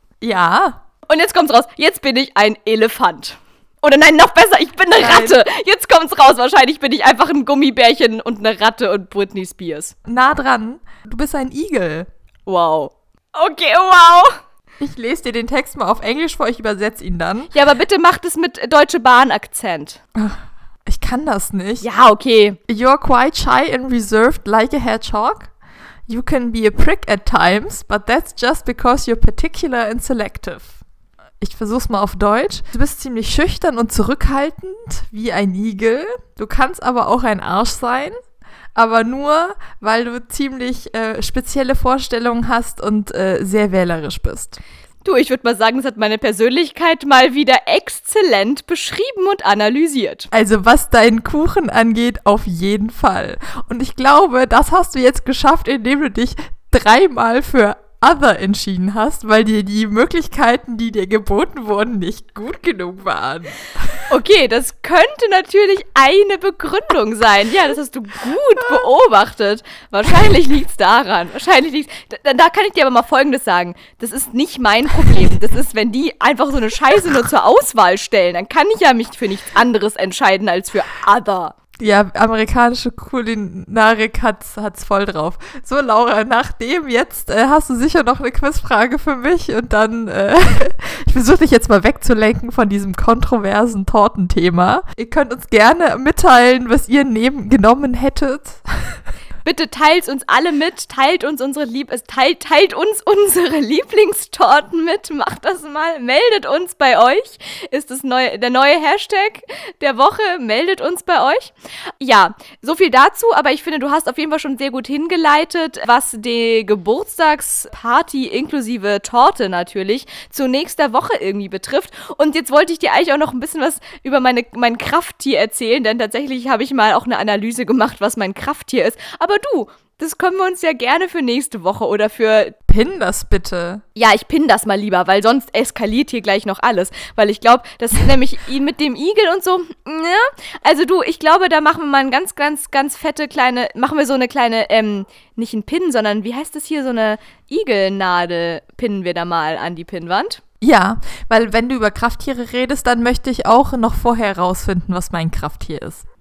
Ja. Und jetzt kommt's raus, jetzt bin ich ein Elefant. Oder nein, noch besser, ich bin eine Ratte. Jetzt kommt's raus, wahrscheinlich bin ich einfach ein Gummibärchen und eine Ratte und Britney Spears. Nah dran, du bist ein Igel. Wow. Okay, wow. Ich lese dir den Text mal auf Englisch vor, ich übersetze ihn dann. Ja, aber bitte macht es mit Deutsche Bahn-Akzent. Ich kann das nicht. Ja, okay. You're quite shy and reserved like a hedgehog. You can be a prick at times, but that's just because you're particular and selective. Ich versuch's mal auf Deutsch. Du bist ziemlich schüchtern und zurückhaltend, wie ein Igel. Du kannst aber auch ein Arsch sein. Aber nur, weil du ziemlich spezielle Vorstellungen hast und sehr wählerisch bist. Du, ich würde mal sagen, das hat meine Persönlichkeit mal wieder exzellent beschrieben und analysiert. Also was deinen Kuchen angeht, auf jeden Fall. Und ich glaube, das hast du jetzt geschafft, indem du dich 3-mal für Other entschieden hast, weil dir die Möglichkeiten, die dir geboten wurden, nicht gut genug waren. Okay, das könnte natürlich eine Begründung sein. Ja, das hast du gut beobachtet. Wahrscheinlich liegt's daran. Da kann ich dir aber mal Folgendes sagen. Das ist nicht mein Problem. Das ist, wenn die einfach so eine Scheiße nur zur Auswahl stellen, dann kann ich ja mich für nichts anderes entscheiden als für Other. Ja, amerikanische Kulinarik hat's voll drauf. So, Laura, nachdem jetzt hast du sicher noch eine Quizfrage für mich und dann, ich versuche dich jetzt mal wegzulenken von diesem kontroversen Tortenthema. Ihr könnt uns gerne mitteilen, was ihr genommen hättet. Bitte teilt uns alle mit, teilt uns unsere Lieblingstorten mit, macht das mal, meldet uns bei euch, ist das der neue Hashtag der Woche, meldet uns bei euch. Ja, so viel dazu, aber ich finde, du hast auf jeden Fall schon sehr gut hingeleitet, was die Geburtstagsparty inklusive Torte natürlich zu nächster Woche irgendwie betrifft. Und jetzt wollte ich dir eigentlich auch noch ein bisschen was über mein Krafttier erzählen, denn tatsächlich habe ich mal auch eine Analyse gemacht, was mein Krafttier ist. Aber du, das können wir uns ja gerne für nächste Woche oder für... Pin das bitte. Ja, ich pin das mal lieber, weil sonst eskaliert hier gleich noch alles. Weil ich glaube, das ist nämlich mit dem Igel und so, ja. Also du, ich glaube, da machen wir mal eine ganz fette kleine, machen wir so eine kleine, nicht ein Pin, sondern wie heißt das hier, so eine Igelnadel pinnen wir da mal an die Pinnwand. Ja, weil wenn du über Krafttiere redest, dann möchte ich auch noch vorher rausfinden, was mein Krafttier ist.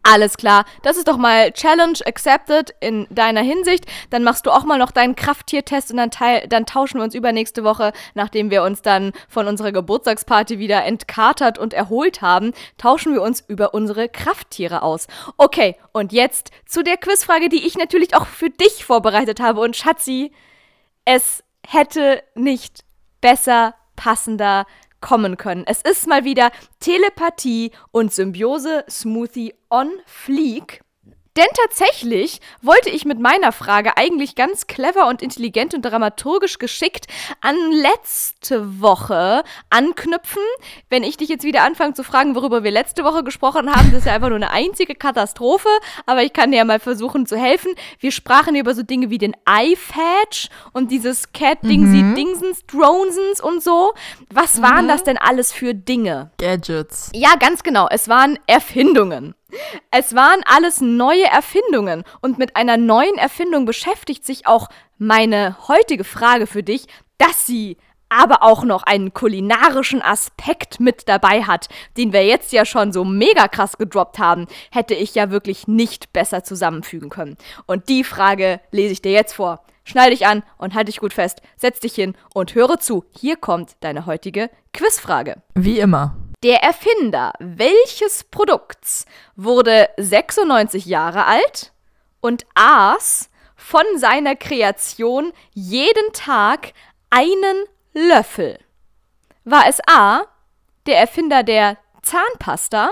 Alles klar, das ist doch mal Challenge accepted in deiner Hinsicht. Dann machst du auch mal noch deinen Krafttiertest und dann tauschen wir uns übernächste Woche, nachdem wir uns dann von unserer Geburtstagsparty wieder entkatert und erholt haben, tauschen wir uns über unsere Krafttiere aus. Okay, und jetzt zu der Quizfrage, die ich natürlich auch für dich vorbereitet habe. Und Schatzi, es hätte nicht besser, passender kommen können. Es ist mal wieder Telepathie und Symbiose-Smoothie on Fleek. Denn tatsächlich wollte ich mit meiner Frage eigentlich ganz clever und intelligent und dramaturgisch geschickt an letzte Woche anknüpfen. Wenn ich dich jetzt wieder anfange zu fragen, worüber wir letzte Woche gesprochen haben, das ist ja einfach nur eine einzige Katastrophe, aber ich kann dir ja mal versuchen zu helfen. Wir sprachen über so Dinge wie den iFetch und dieses Cat-Dingsy-Dingsens, Dronesens und so. Was waren das denn alles für Dinge? Gadgets. Ja, ganz genau. Es waren Erfindungen. Es waren alles neue Erfindungen und mit einer neuen Erfindung beschäftigt sich auch meine heutige Frage für dich, dass sie aber auch noch einen kulinarischen Aspekt mit dabei hat, den wir jetzt ja schon so mega krass gedroppt haben, hätte ich ja wirklich nicht besser zusammenfügen können. Und die Frage lese ich dir jetzt vor. Schnall dich an und halt dich gut fest, setz dich hin und höre zu. Hier kommt deine heutige Quizfrage. Wie immer. Der Erfinder welches Produkts wurde 96 Jahre alt und aß von seiner Kreation jeden Tag einen Löffel? War es A, der Erfinder der Zahnpasta?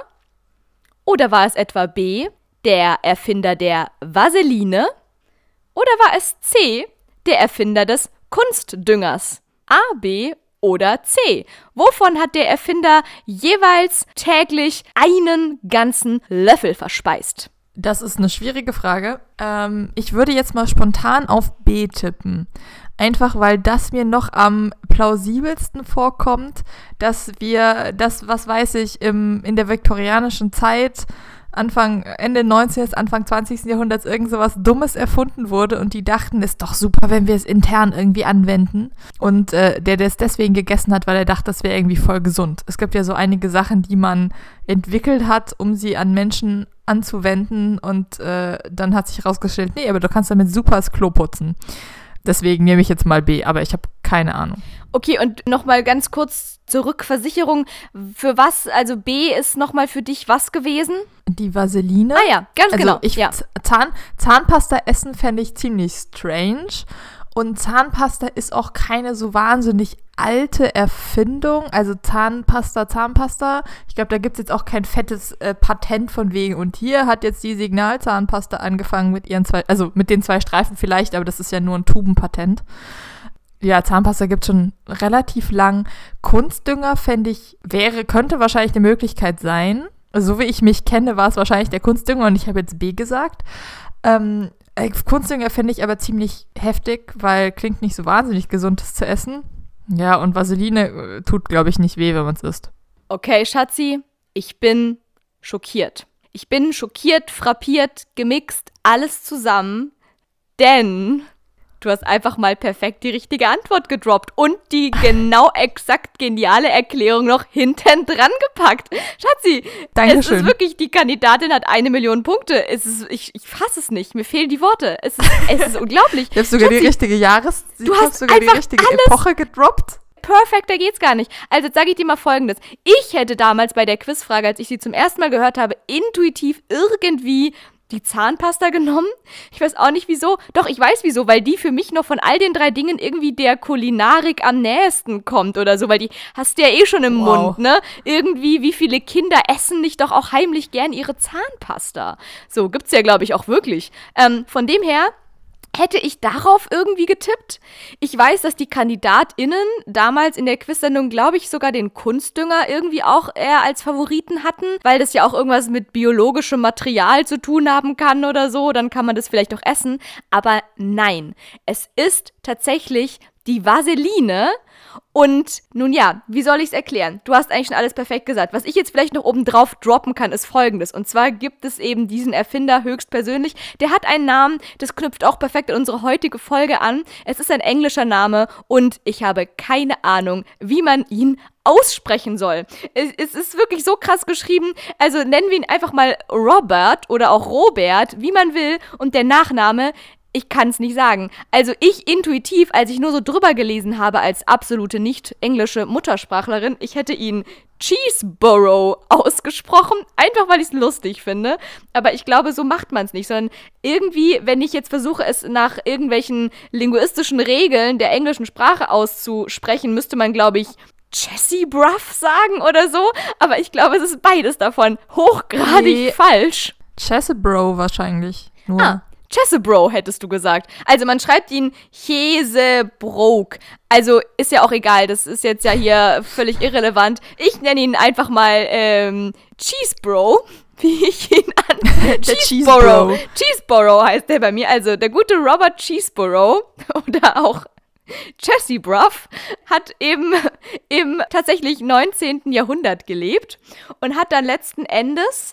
Oder war es etwa B, der Erfinder der Vaseline? Oder war es C, der Erfinder des Kunstdüngers? A, B oder C? Wovon hat der Erfinder jeweils täglich einen ganzen Löffel verspeist? Das ist eine schwierige Frage. Ich würde jetzt mal spontan auf B tippen. Einfach, weil das mir noch am plausibelsten vorkommt, dass wir das, was weiß ich, in der viktorianischen Zeit, Ende 19., Anfang 20. Jahrhunderts irgend so was Dummes erfunden wurde und die dachten, ist doch super, wenn wir es intern irgendwie anwenden. Und der es deswegen gegessen hat, weil er dachte, das wäre irgendwie voll gesund. Es gibt ja so einige Sachen, die man entwickelt hat, um sie an Menschen anzuwenden und dann hat sich herausgestellt, nee, aber du kannst damit super das Klo putzen. Deswegen nehme ich jetzt mal B, aber ich habe keine Ahnung. Okay, und nochmal ganz kurz zur Rückversicherung. Für was, also B ist nochmal für dich was gewesen? Die Vaseline. Ah ja, ganz genau. Ja. Zahnpasta essen fände ich ziemlich strange. Und Zahnpasta ist auch keine so wahnsinnig alte Erfindung. Also Zahnpasta. Ich glaube, da gibt es jetzt auch kein fettes Patent von wegen. Und hier hat jetzt die Signalzahnpasta angefangen mit mit den 2 Streifen vielleicht, aber das ist ja nur ein Tubenpatent. Ja, Zahnpasta gibt es schon relativ lang. Kunstdünger könnte wahrscheinlich eine Möglichkeit sein. So wie ich mich kenne, war es wahrscheinlich der Kunstdünger und ich habe jetzt B gesagt. Kunstdünger finde ich aber ziemlich heftig, weil klingt nicht so wahnsinnig gesund, das zu essen. Ja, und Vaseline tut, glaube ich, nicht weh, wenn man es isst. Okay, Schatzi, ich bin schockiert. Ich bin schockiert, frappiert, gemixt, alles zusammen, denn du hast einfach mal perfekt die richtige Antwort gedroppt und die genau exakt geniale Erklärung noch hinten dran gepackt. Schatzi, Dankeschön. Es ist wirklich, die Kandidatin hat 1 Million Punkte. Ich fasse es nicht, mir fehlen die Worte. Es ist unglaublich. Du hast sogar die richtige die richtige Epoche gedroppt. Perfekter geht's gar nicht. Also jetzt sage ich dir mal Folgendes. Ich hätte damals bei der Quizfrage, als ich sie zum ersten Mal gehört habe, intuitiv irgendwie die Zahnpasta genommen. Ich weiß auch nicht wieso. Doch, ich weiß wieso, weil die für mich noch von all den 3 Dingen irgendwie der Kulinarik am nächsten kommt oder so, weil die hast du ja eh schon im Mund, ne? Irgendwie, wie viele Kinder essen nicht doch auch heimlich gern ihre Zahnpasta? So, gibt's ja, glaube ich, auch wirklich. Von dem her hätte ich darauf irgendwie getippt? Ich weiß, dass die KandidatInnen damals in der Quizsendung, glaube ich, sogar den Kunstdünger irgendwie auch eher als Favoriten hatten, weil das ja auch irgendwas mit biologischem Material zu tun haben kann oder so, dann kann man das vielleicht auch essen. Aber nein, es ist tatsächlich die Vaseline. Und nun ja, wie soll ich es erklären? Du hast eigentlich schon alles perfekt gesagt. Was ich jetzt vielleicht noch oben drauf droppen kann, ist Folgendes. Und zwar gibt es eben diesen Erfinder höchstpersönlich. Der hat einen Namen, das knüpft auch perfekt an unsere heutige Folge an. Es ist ein englischer Name und ich habe keine Ahnung, wie man ihn aussprechen soll. Es ist wirklich so krass geschrieben. Also nennen wir ihn einfach mal Robert oder auch Robert, wie man will. Und der Nachname, ich kann es nicht sagen. Also ich intuitiv, als ich nur so drüber gelesen habe als absolute nicht-englische Muttersprachlerin, ich hätte ihn Cheeseborough ausgesprochen, einfach weil ich es lustig finde. Aber ich glaube, so macht man es nicht, sondern irgendwie, wenn ich jetzt versuche, es nach irgendwelchen linguistischen Regeln der englischen Sprache auszusprechen, müsste man, glaube ich, Chessybruff sagen oder so. Aber ich glaube, es ist beides davon hochgradig falsch. Chesseborough wahrscheinlich. Nur. Chesseborough hättest du gesagt. Also man schreibt ihn Chesebrook. Also ist ja auch egal, das ist jetzt ja hier völlig irrelevant. Ich nenne ihn einfach mal Cheeseborough, wie ich ihn an. Cheeseborough. Cheeseborough heißt der bei mir. Also der gute Robert Cheeseborough oder auch Chessybruff hat eben im tatsächlich 19. Jahrhundert gelebt und hat dann letzten Endes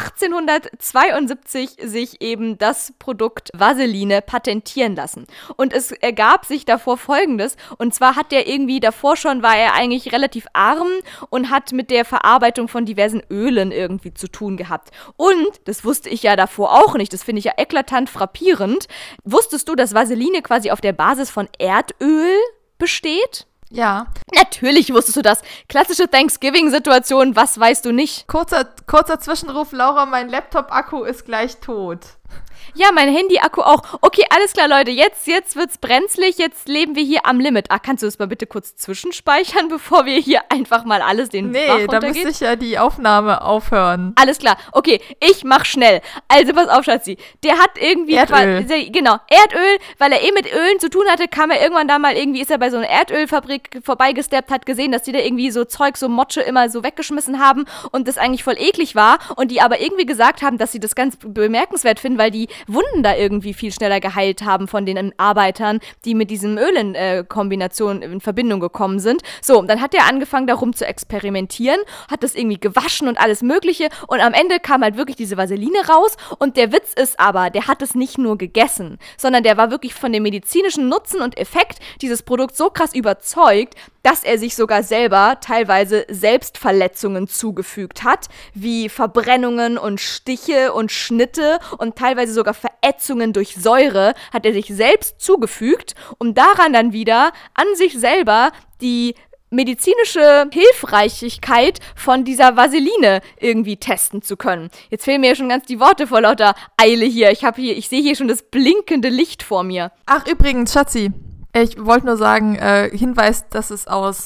1872 sich eben das Produkt Vaseline patentieren lassen. Und es ergab sich davor Folgendes, und zwar hat der irgendwie davor schon, war er eigentlich relativ arm und hat mit der Verarbeitung von diversen Ölen irgendwie zu tun gehabt. Und, das wusste ich ja davor auch nicht, das finde ich ja eklatant frappierend, wusstest du, dass Vaseline quasi auf der Basis von Erdöl besteht? Ja. Natürlich wusstest du das. Klassische Thanksgiving-Situation, was weißt du nicht? Kurzer Zwischenruf, Laura, mein Laptop-Akku ist gleich tot. Ja, mein Handy-Akku auch. Okay, alles klar, Leute, jetzt wird's brenzlig, jetzt leben wir hier am Limit. Kannst du das mal bitte kurz zwischenspeichern, bevor wir hier einfach mal alles den Bach runtergeht? Nee, da müsste ich ja die Aufnahme aufhören. Alles klar, okay, ich mach schnell. Also, pass auf, Schatzi. Der hat irgendwie... Erdöl. Genau, Erdöl, weil er mit Ölen zu tun hatte, kam er irgendwann da mal irgendwie, ist er bei so einer Erdölfabrik vorbeigesteppt, hat gesehen, dass die da irgendwie so Zeug, so Motsche immer so weggeschmissen haben und das eigentlich voll eklig war und die aber irgendwie gesagt haben, dass sie das ganz bemerkenswert finden, weil die Wunden da irgendwie viel schneller geheilt haben von den Arbeitern, die mit diesem Öl in Kombination in Verbindung gekommen sind. So, und dann hat er angefangen, darum zu experimentieren, hat das irgendwie gewaschen und alles Mögliche und am Ende kam halt wirklich diese Vaseline raus und der Witz ist aber, der hat es nicht nur gegessen, sondern der war wirklich von dem medizinischen Nutzen und Effekt dieses Produkts so krass überzeugt, dass er sich sogar selber teilweise Selbstverletzungen zugefügt hat, wie Verbrennungen und Stiche und Schnitte und teilweise sogar Verätzungen durch Säure hat er sich selbst zugefügt, um daran dann wieder an sich selber die medizinische Hilfreichkeit von dieser Vaseline irgendwie testen zu können. Jetzt fehlen mir ja schon ganz die Worte vor lauter Eile hier. Ich sehe hier schon das blinkende Licht vor mir. Ach, übrigens, Schatzi, ich wollte nur sagen, Hinweis, dass es aus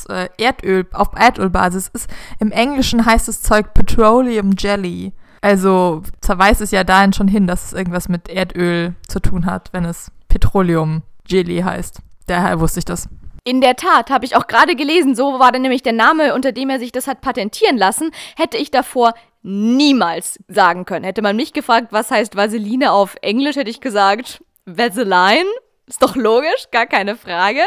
auf Erdölbasis ist. Im Englischen heißt das Zeug Petroleum Jelly. Also zerweist es ja dahin schon hin, dass es irgendwas mit Erdöl zu tun hat, wenn es Petroleum Jelly heißt. Daher wusste ich das. In der Tat, habe ich auch gerade gelesen, so war dann nämlich der Name, unter dem er sich das hat patentieren lassen, hätte ich davor niemals sagen können. Hätte man mich gefragt, was heißt Vaseline auf Englisch, hätte ich gesagt, Vaseline. Ist doch logisch, gar keine Frage.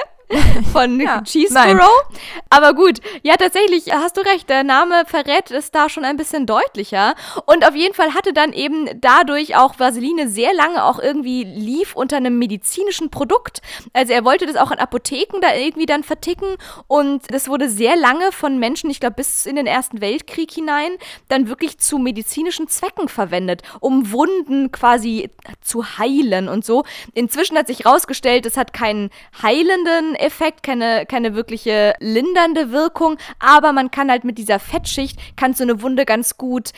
Von ja, Cheeseborough. Aber gut, ja, tatsächlich hast du recht, der Name verrät es da schon ein bisschen deutlicher. Und auf jeden Fall hatte dann eben dadurch auch Vaseline sehr lange auch irgendwie lief unter einem medizinischen Produkt. Also er wollte das auch in Apotheken da irgendwie dann verticken und das wurde sehr lange von Menschen, ich glaube bis in den Ersten Weltkrieg hinein, dann wirklich zu medizinischen Zwecken verwendet, um Wunden quasi zu heilen und so. Inzwischen hat sich rausgestellt, es hat keinen heilenden Effekt, keine wirkliche lindernde Wirkung, aber man kann halt mit dieser Fettschicht, kann so eine Wunde ganz gut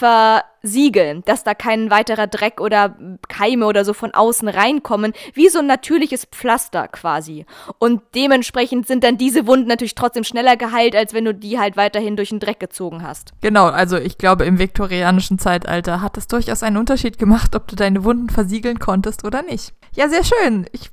versiegeln, dass da kein weiterer Dreck oder Keime oder so von außen reinkommen, wie so ein natürliches Pflaster quasi. Und dementsprechend sind dann diese Wunden natürlich trotzdem schneller geheilt, als wenn du die halt weiterhin durch den Dreck gezogen hast. Genau, also ich glaube, im viktorianischen Zeitalter hat es durchaus einen Unterschied gemacht, ob du deine Wunden versiegeln konntest oder nicht. Ja, sehr schön. Ich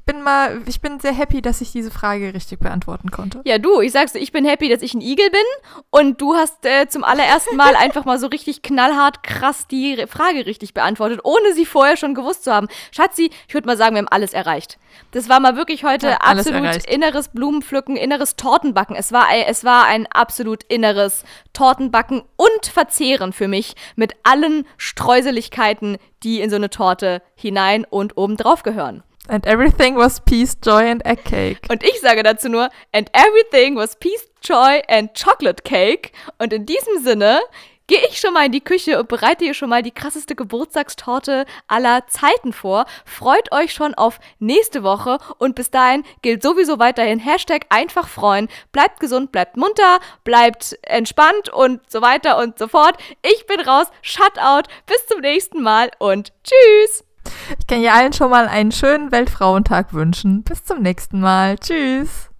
bin sehr happy, dass ich diese Frage richtig beantworten konnte. Ja, du, ich sag's dir, ich bin happy, dass ich ein Igel bin und du hast zum allerersten Mal einfach mal so richtig knallhart krass fast die Frage richtig beantwortet, ohne sie vorher schon gewusst zu haben. Schatzi, ich würde mal sagen, wir haben alles erreicht. Das war mal wirklich heute absolut erreicht. Inneres Blumenpflücken, inneres Tortenbacken. Es war ein absolut inneres Tortenbacken und Verzehren für mich mit allen Streuseligkeiten, die in so eine Torte hinein und oben drauf gehören. And everything was peace, joy and egg cake. Und ich sage dazu nur, and everything was peace, joy and chocolate cake. Und in diesem Sinne gehe ich schon mal in die Küche und bereite hier schon mal die krasseste Geburtstagstorte aller Zeiten vor. Freut euch schon auf nächste Woche und bis dahin gilt sowieso weiterhin #einfach freuen. Bleibt gesund, bleibt munter, bleibt entspannt und so weiter und so fort. Ich bin raus, Shutout, bis zum nächsten Mal und tschüss! Ich kann ihr allen schon mal einen schönen Weltfrauentag wünschen. Bis zum nächsten Mal. Tschüss.